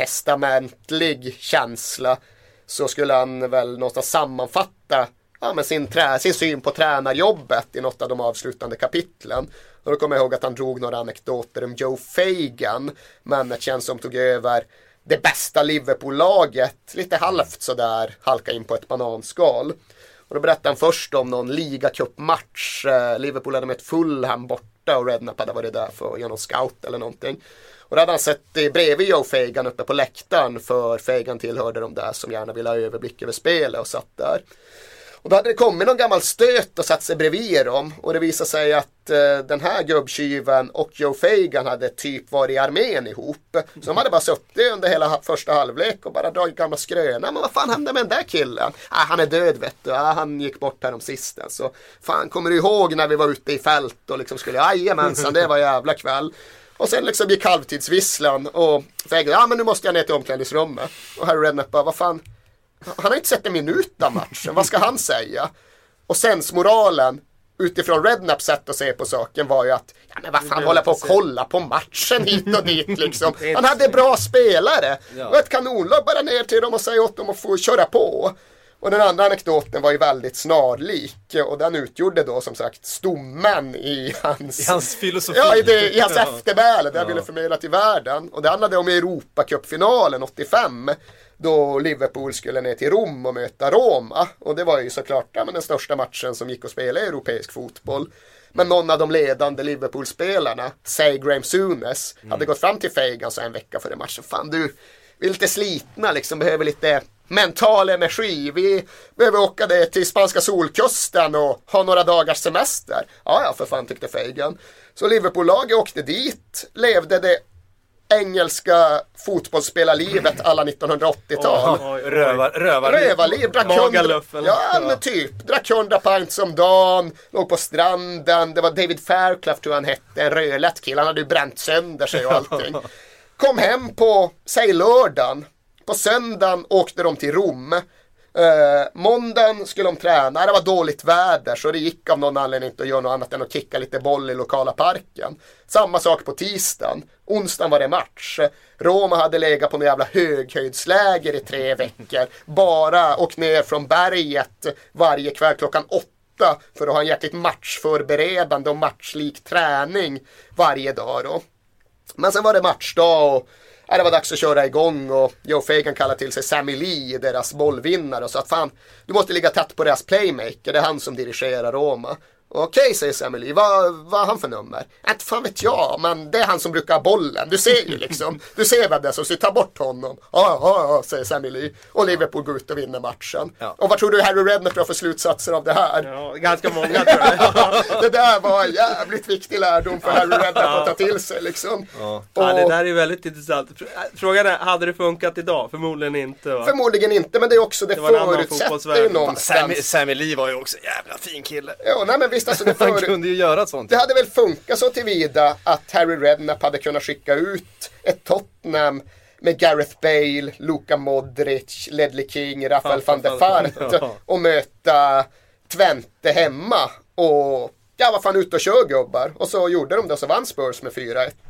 testamentlig känsla, så skulle han väl någonstans sammanfatta ja, men sin, trä, sin syn på tränarjobbet i något av de avslutande kapitlen. Och då kommer jag ihåg att han drog några anekdoter om Joe Fagan, managern som tog över det bästa Liverpool-laget, lite halvt sådär, halka in på ett bananskal. Och då berättade han först om någon ligacupmatch. Liverpool hade mött Fulham borta och Redknapp hade varit där för att göra någon scout eller någonting. Och då hade han sett bredvid Joe Fagan uppe på läktaren, för Fagan tillhörde de där som gärna ville ha överblick över spelet och satt där. Och då hade det kommit någon gammal stöt och satt sig bredvid dem. Och det visade sig att eh, den här gubbkyven och Joe Fagan hade typ varit i armén ihop. Så de hade bara suttit under hela första halvlek och bara dragit gamla skröna. Men vad fan hände med den där killen? Ah, han är död, vet du. Ah, han gick bort här om sisten. Så fan, kommer du ihåg när vi var ute i fält och liksom skulle, ajamensan, det var jävla kväll. Och sen liksom gick halvtidsvisslan och Fagan, ja ah, men nu måste jag ner till omklädningsrummet. Och Harry Redknapp bara, vad fan? Han har inte sett en minut av matchen. Vad ska han säga? Och sensmoralen utifrån Redknapps sätt att se på saken var ju att ja, men vad fan håller på att kolla på matchen hit och dit liksom. Han hade bra spelare. Ja. Och ett kanonlag, bara ner till dem och säga åt dem att få köra på. Och den andra anekdoten var ju väldigt snarlik. Och den utgjorde då som sagt stommen i hans, I hans filosofi. Ja, i, det, i hans ja. eftermäle. Det jag ville förmedla till världen. Och det handlade om Europacupfinalen åttiofem. Då Liverpool skulle ner till Rom och möta Roma. Och det var ju såklart ja, men den största matchen som gick att spela i europeisk fotboll. Men någon av de ledande Liverpool-spelarna, säg Graham Souness, mm. hade gått fram till Fagan så en vecka före matchen. Fan du, vi är lite slitna liksom, behöver lite mental energi. Vi behöver åka det till spanska solkusten och ha några dagars semester. Ja, ja, för fan, tyckte Fagan. Så Liverpool-laget åkte dit, levde det engelska fotbollsspelarlivet alla nittonhundraåttiotal. Oh, rövar, rövarliv. Rövarliv. Magaluffeln. Ja, men typ. Drack hundra pints om dagen. Låg på stranden. Det var David Fairclough, tror han hette. En rödlätt kille. Han hade ju bränt sönder sig och allting. Kom hem på, säg lördagen. På söndagen åkte de till Rom. Uh, måndagen skulle de träna. Det var dåligt väder så det gick av någon anledning inte att göra något annat än att kicka lite boll i lokala parken. Samma sak på tisdagen. Onsdagen var det match. Roma hade legat på en jävla höghöjdsläger i tre veckor. Bara och ner från berget varje kväll klockan åtta för att ha en jäkligt matchförberedande och matchlik träning varje dag då. Men sen var det matchdag och ja, det var dags att köra igång och Joe Fagan kallade till sig Sammy Lee, deras bollvinnare, och sa att fan, du måste ligga tätt på deras playmaker, det är han som dirigerar Roma. Okej, säger Sammy Lee. Vad, vad är han för nummer? Inte fan vet jag, men det är han som brukar ha bollen. Du ser ju liksom. Du ser vem det är som så ta bort honom. Ja, ja, ja, säger Sammy Lee. Och Liverpool går ut och vinner matchen. Ja. Och vad tror du Harry Redknapp drar för slutsatser av det här? Ja, ganska många tror jag. Det där var en jävligt viktig lärdom för Harry Redknapp att ta till sig liksom. Ja. Och, ja, det där är väldigt intressant. Frågan är, hade det funkat idag? Förmodligen inte, va? Förmodligen inte, men det är också det, det förutsätter ju någonstans. Sammy, Sammy Lee var ju också en jävla fin kille. Ja, nej men visst alltså det för... Han kunde ju göra ett sånt. Det hade väl funkat så tillvida att Harry Redknapp hade kunnat skicka ut ett Tottenham med Gareth Bale, Luka Modric, Ledley King, Rafael van der Vaart och möta Twente hemma och ja, vad fan, ut och kör gubbar. Och så gjorde de det och så vann Spurs med fyra ett.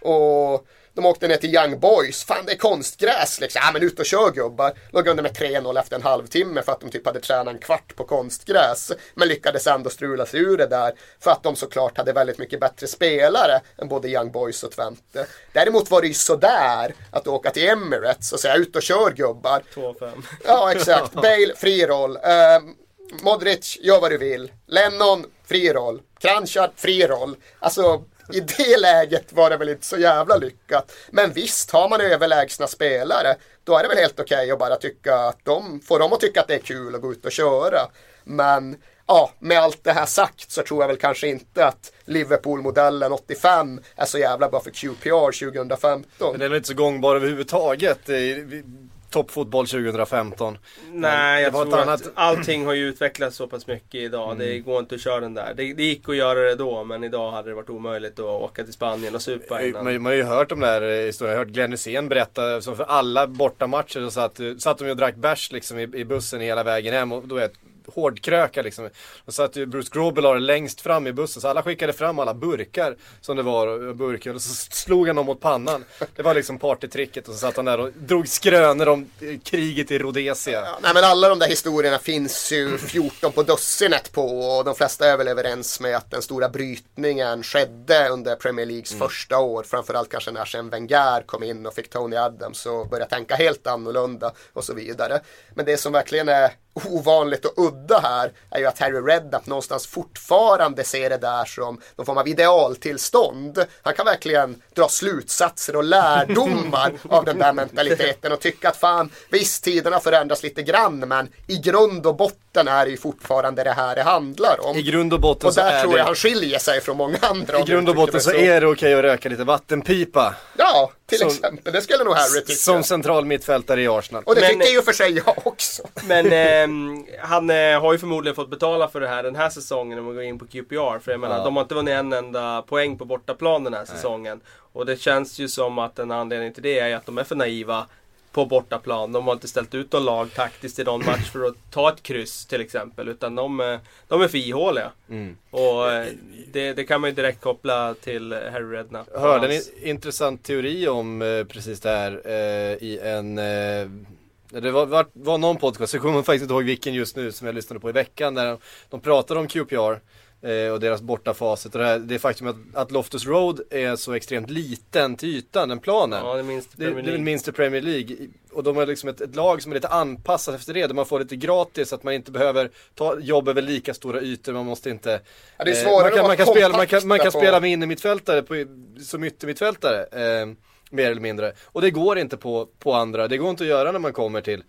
Och de åkte ner till Young Boys. Fan, det är konstgräs liksom. Ja, men ut och kör gubbar. Låg under med tre noll efter en halvtimme för att de typ hade tränat en kvart på konstgräs. Men lyckades ändå strula sig ur det där. För att de såklart hade väldigt mycket bättre spelare än både Young Boys och Twente. Däremot var det ju sådär att åka till Emirates och säga ut och kör gubbar. två fem. Ja, exakt. Bale, fri roll. Uh, Modric, gör vad du vill. Lennon, fri roll. Kranjčar, fri roll. Alltså, i det läget var det väl inte så jävla lyckat. Men visst, har man överlägsna spelare, då är det väl helt okej okay att bara tycka att de får dem att tycka att det är kul att gå ut och köra. Men ja, med allt det här sagt så tror jag väl kanske inte att Liverpool-modellen åttiofem är så jävla bra för Q P R tjugohundrafemton. Men den är inte så gångbar överhuvudtaget i toppfotboll tjugohundrafemton. Nej, jag tror annat... att allting har ju utvecklats så pass mycket idag. Mm. Det går inte att köra den där. Det, det gick att göra det då, men idag hade det varit omöjligt att åka till Spanien och supa innan. Man, man har ju hört om det här historien. Jag har hört Glenn Hysén berätta som för alla bortamatcher så satt, satt de och drack bärs liksom i, i bussen hela vägen hem och då är hårdkröka liksom. Och så att Bruce Grobbelaar längst fram i bussen så alla skickade fram alla burkar som det var och burkar och så slog han dem mot pannan. Det var liksom partytricket och så satt han där och drog skrönor om kriget i Rhodesia. Ja, nej men alla de där historierna finns ju fjorton på dussinet på och de flesta är väl överens med att den stora brytningen skedde under Premier Leagues mm. första år. Framförallt kanske när sen Wenger kom in och fick Tony Adams och började tänka helt annorlunda och så vidare. Men det som verkligen är ovanligt och udda här är ju att Harry Redknapp någonstans fortfarande ser det där som någon form av idealtillstånd. Han kan verkligen dra slutsatser och lärdomar av den där mentaliteten och tycka att fan, visst tiderna förändras lite grann, men i grund och botten är det ju fortfarande det här det handlar om. I grund och botten och där så är tror det... jag han skiljer sig från många andra. I grund och botten så, så är det okej att röka lite vattenpipa. Ja, till som, exempel. Det skulle nog Harry tycka. Som central mittfältare i Arsenal. Och det men, tycker ju för sig jag också. Men eh, han eh, har ju förmodligen fått betala för det här den här säsongen om man går in på Q P R. För jag menar, ja. de har inte vunnit en enda poäng på bortaplan den här Nej. säsongen. Och det känns ju som att en anledning till det är att de är för naiva på bortaplan. De har inte ställt ut någon lag taktiskt i någon match för att ta ett kryss till exempel. Utan de, de är för ihåliga. Mm. Och det, det kan man ju direkt koppla till Harry Redknapp. Jag hörde en intressant teori om eh, precis det här eh, i en... Eh, det var, var, var någon podcast, jag kommer faktiskt inte ihåg vilken just nu som jag lyssnade på i veckan. Där de, de pratade om Q P R. Och deras bortafaset och det, här, det är faktum att, att Loftus Road är så extremt liten till ytan, den planen. Ja, det är minst Premier League. Det, det är minst i Premier League. Och de är liksom ett, ett lag som är lite anpassat efter det. Där man får lite gratis så att man inte behöver ta jobb över lika stora ytor. Man måste inte... Ja, det är svårare eh, man kan, att man kan spela, man kan, man kan på. spela med innermittfältare på, som yttermittfältare. Eh, mer eller mindre. Och det går inte på, på andra. Det går inte att göra när man kommer till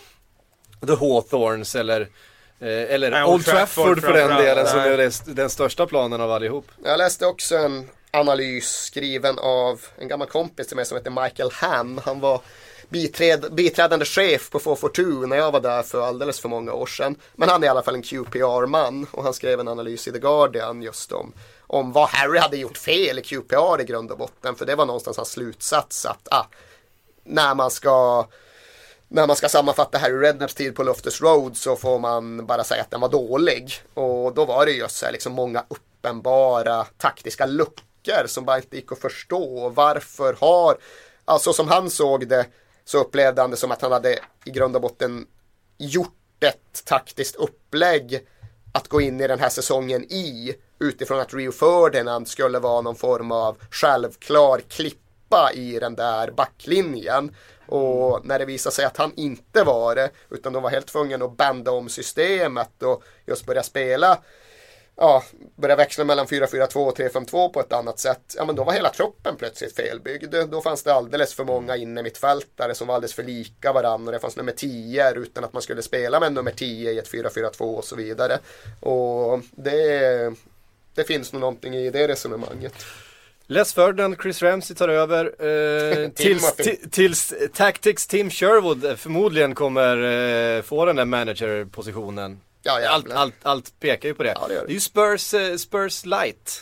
The Hawthorns eller... Eller Nej, Old Trafford, Trafford för den delen Nej. som är den största planen av allihop. Jag läste också en analys skriven av en gammal kompis till mig som heter Michael Ham. Han var biträd, biträdande chef på four four two när jag var där för alldeles för många år sedan. Men han är i alla fall en Q P R-man och han skrev en analys i The Guardian just om, om vad Harry hade gjort fel i Q P R i grund och botten. För det var någonstans hans slutsats att ah, när man ska... När man ska sammanfatta Harry Redknapps tid på Loftus Road så får man bara säga att den var dålig. Och då var det just så här, liksom många uppenbara taktiska luckor som bara inte gick att förstå. Varför har, alltså som han såg det så upplevde han det som att han hade i grund och botten gjort ett taktiskt upplägg att gå in i den här säsongen i. Utifrån att Rio Ferdinand skulle vara någon form av självklar klippa i den där backlinjen. Och när det visade sig att han inte var det utan de var helt tvungna att banda om systemet och just börja spela ja, började växla mellan fyra fyra två och tre fem två på ett annat sätt, ja men då var hela truppen plötsligt felbyggd. Då fanns det alldeles för många inne mittfältare som var alldeles för lika varandra, och det fanns nummer tio utan att man skulle spela med nummer tio i ett fyra fyra två och så vidare. Och det, det finns nog någonting i det resonemanget. Les Ferdinand, Chris Ramsey tar över eh, tills, t- tills Tactics Tim Sherwood förmodligen kommer eh, få den där managerpositionen. Ja, allt, allt, allt pekar ju på det. Ja, det, det. det är ju Spurs, uh, Spurs light.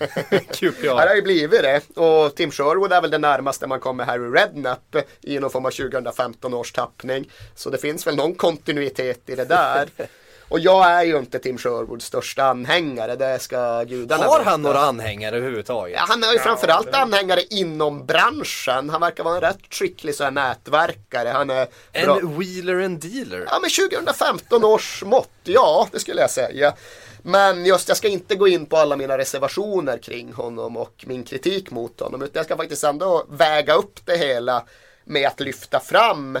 Q P R. Ja, det har ju blivit det. Och Tim Sherwood är väl det närmaste man kommer Harry Redknapp i någon form av tjugohundrafemton års tappning. Så det finns väl någon kontinuitet i det där. Och jag är ju inte Tim Sherwoods största anhängare, det ska gudarna Har veta. han några anhängare överhuvudtaget? Ja, han är ju ja, framförallt det... anhängare inom branschen. Han verkar vara en rätt skicklig så här nätverkare. Han är en bra... wheeler and dealer. Ja, men tjugohundrafemton års mått, ja, det skulle jag säga. Men just, jag ska inte gå in på alla mina reservationer kring honom och min kritik mot honom, utan jag ska faktiskt ändå väga upp det hela med att lyfta fram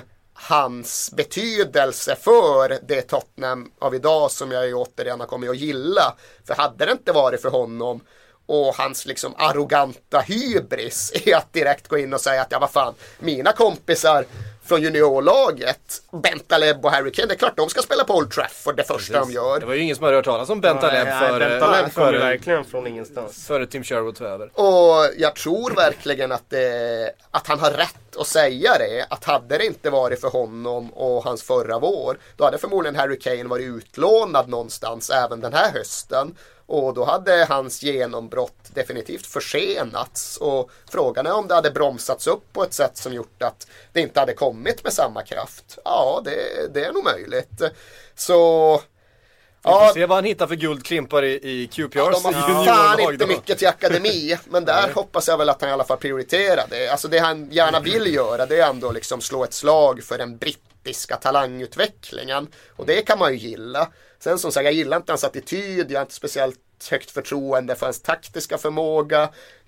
hans betydelse för det Tottenham av idag som jag ju återigen har kommit att gilla. För hade det inte varit för honom och hans liksom arroganta hybris i att direkt gå in och säga att ja, vad fan, mina kompisar från juniorlaget, Bentaleb och Harry Kane, det är klart de ska spela på Old Trafford det första Precis. de gör. Det var ju ingen som hade hört talas om Bentaleb nej, för, nej, Bentaleb för, kommer verkligen från ingenstans. Före Tim Sherwood tog över. Och jag tror verkligen att, det, att han har rätt att säga det. Att hade det inte varit för honom och hans förra vår, då hade förmodligen Harry Kane varit utlånad någonstans även den här hösten. Och då hade hans genombrott definitivt försenats. Och frågan är om det hade bromsats upp på ett sätt som gjort att det inte hade kommit med samma kraft. Ja, det, det är nog möjligt. Så... Vi får ja, se vad han hittar för guldklimpar i, i Q P R. Ja, de har fan inte mycket till akademi. Men där Nej. hoppas jag väl att han i alla fall prioriterar det. Alltså det han gärna vill göra, det är ändå liksom slå ett slag för den brittiska talangutvecklingen. Och det kan man ju gilla. Sen som sagt, jag gillar inte hans attityd. Jag har inte speciellt högt förtroende för hans taktiska förmåga.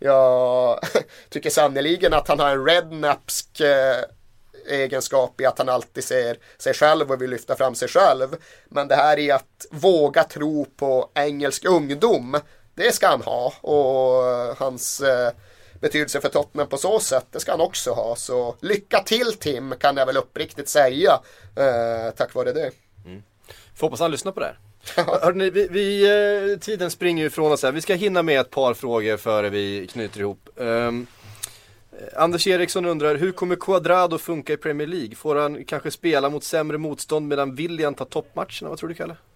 Jag tycker sannoliken att han har en rednapsk eh, egenskap i att han alltid ser sig själv och vill lyfta fram sig själv. Men det här är att våga tro på engelsk ungdom, det ska han ha. Och hans eh, betydelse för Tottenham på så sätt, det ska han också ha. Så lycka till Tim, kan jag väl uppriktigt säga, eh, tack vare det. Mm. Får hoppas han lyssnar på det här. Hörrni, vi, vi, tiden springer ju ifrån oss här. Vi ska hinna med ett par frågor före vi knyter ihop. Um, Anders Eriksson undrar, hur kommer Cuadrado funka i Premier League? Får han kanske spela mot sämre motstånd medan Willian tar toppmatcherna? Vad tror du, Kalle?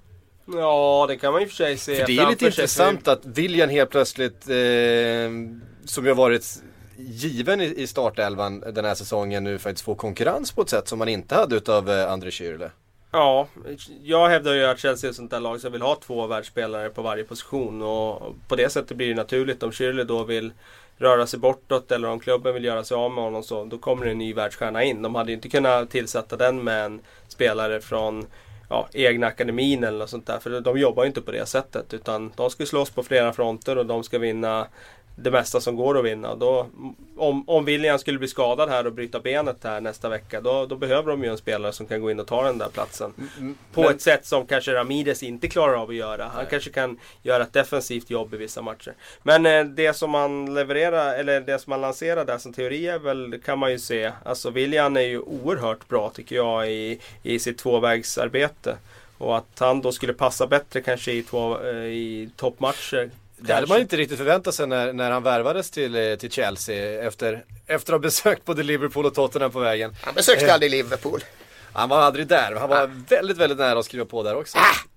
Ja, det kan man ju för sig se. För det är lite intressant sig. Att Willian helt plötsligt, eh, som ju har varit given i, i startelvan den här säsongen, nu faktiskt får konkurrens på ett sätt som man inte hade utav eh, André Schürrle. Ja, jag hävdar ju att Chelsea är ett sånt där lag som vill ha två världsspelare på varje position, och på det sättet blir det naturligt om Schürrle då vill röra sig bortåt eller om klubben vill göra sig av med honom, så då kommer en ny världsstjärna in. De hade ju inte kunnat tillsätta den med en spelare från ja, egna akademin eller något sånt där, för de jobbar ju inte på det sättet, utan de ska slåss på flera fronter och de ska vinna det mesta som går att vinna. Då, om, om William skulle bli skadad här och bryta benet här nästa vecka, då, då behöver de ju en spelare som kan gå in och ta den där platsen. Mm, på men... ett sätt som kanske Ramirez inte klarar av att göra. Han Nej. kanske kan göra ett defensivt jobb i vissa matcher. Men eh, det som man levererar, eller det som man lanserar där som teori är väl, kan man ju se. Alltså William är ju oerhört bra tycker jag i, i sitt tvåvägsarbete. Och att han då skulle passa bättre kanske i, två, eh, i toppmatcher. Det hade man inte riktigt förväntat sig när, när han värvades till, till Chelsea efter, efter att ha besökt både Liverpool och Tottenham på vägen. Han besökte eh, aldrig Liverpool. Han var aldrig där, han var ah. väldigt, väldigt nära att skriva på där också. Ah.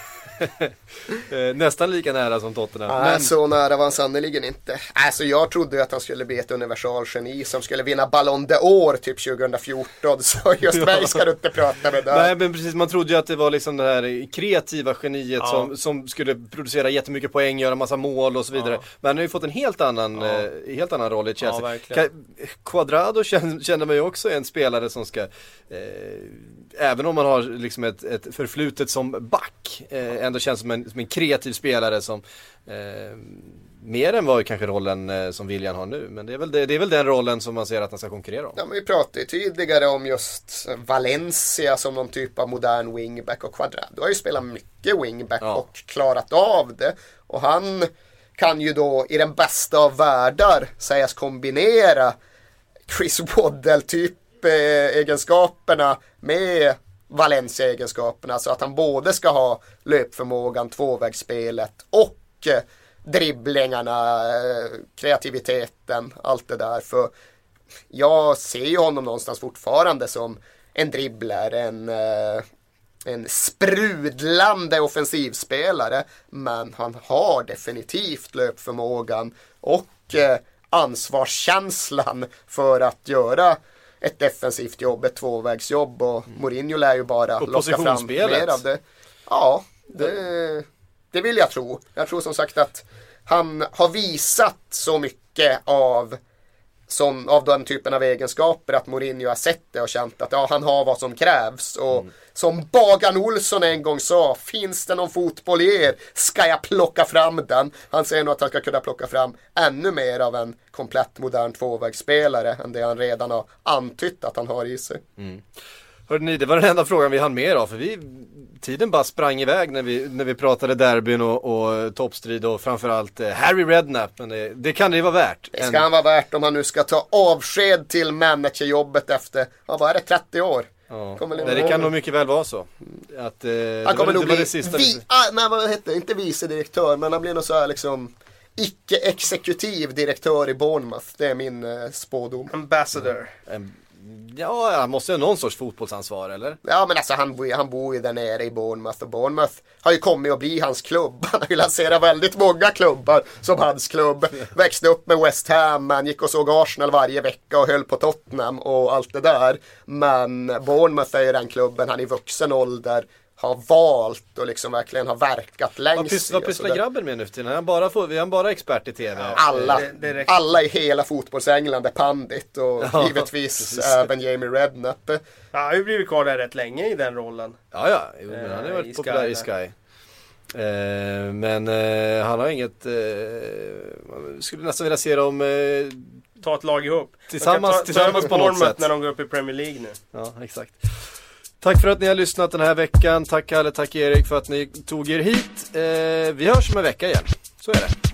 Nästan lika nära som Tottenham. Ah, men... Så nära var han sannoliken inte. Alltså jag trodde att han skulle bli ett universalgeni som skulle vinna Ballon d'Or typ tjugohundrafjorton. Så just mig ska du inte prata med där. Nej men precis, man trodde ju att det var liksom det här kreativa geniet ja. som, som skulle producera jättemycket poäng, göra massa mål och så vidare. Ja. Men han har ju fått en helt annan, ja. eh, helt annan roll i Chelsea. Ja, Cuadrado känner, känner man ju också en spelare som ska eh, även om man har liksom ett, ett förflutet som back, eh, ändå känns som en, som en kreativ spelare som eh, mer än vad kanske rollen eh, som Willian har nu. Men det är, väl det, det är väl den rollen som man ser att han ska konkurrera om. Ja, men vi pratade ju tidigare om just Valencia som någon typ av modern wingback, och Cuadrado har ju spelat mycket wingback ja. och klarat av det. Och han kan ju då i den bästa av världar sägas kombinera Chris Waddell typ eh, egenskaperna med Valencia-egenskaperna, så att han både ska ha löpförmågan, tvåvägsspelet och eh, dribblingarna, eh, kreativiteten, allt det där. För jag ser ju honom någonstans fortfarande som en dribbler, en, eh, en sprudlande offensivspelare, men han har definitivt löpförmågan och eh, ansvarskänslan för att göra ett defensivt jobb, ett tvåvägsjobb, och Mourinho lär ju bara locka fram mer av det. Ja, det, det vill jag tro. Jag tror som sagt att han har visat så mycket av, som, av den typen av egenskaper att Mourinho har sett det och känt att ja, han har vad som krävs. Och mm. som Bagan Olsson en gång sa, finns det någon fotboll i er, ska jag plocka fram den. Han säger nog att han ska kunna plocka fram ännu mer av en komplett modern tvåvägsspelare än det han redan har antytt att han har i sig. Mm. Hörde ni, det var den enda frågan vi hann med av, för vi, tiden bara sprang iväg när vi, när vi pratade derbyn och, och toppstrid och framförallt eh, Harry Redknapp, men det, det kan det vara värt. Det ska en... han vara värt om han nu ska ta avsked till managerjobbet efter, ja, vad är det, trettio år? Ja. Det, det kan nog mycket väl vara så. Att, eh, han kommer nog bli, det sista vi, vi... Ah, nej, vad heter det? Inte vicedirektör, men han blir nog så här liksom icke-exekutiv direktör i Bournemouth. Det är min eh, spådom. Ambassador. Mm. Ja, han måste ha någon sorts fotbollsansvar, eller? Ja, men alltså han bor, han bor ju där nere i Bournemouth, och Bournemouth har ju kommit att bli hans klubb. Han har ju lanserat väldigt många klubbar som hans klubb. Växte upp med West Ham, man gick och såg Arsenal varje vecka och höll på Tottenham och allt det där. Men Bournemouth är ju den klubben han i vuxen ålder har valt och liksom verkligen har verkat längst. Vad, pys- vad pysslar grabben med nu för tiden? Han bara får, vi har bara expert i tv. Ja, alla, det, det alla i hela fotbollsengland är pandit, och ja, givetvis även Jamie Redknapp. Ja, han har ju blivit kvar där rätt länge i den rollen. Ja, ja. Jo, men han har varit populär i Sky. Eh, men eh, han har inget... Eh, skulle nästan vilja se dem... Eh, ta ett lag ihop. Tillsammans, ta, tillsammans ta på något sätt. När de går upp i Premier League nu. Ja, exakt. Tack för att ni har lyssnat den här veckan. Tack Kalle, tack Erik för att ni tog er hit. Eh, vi hörs om en vecka igen. Så är det.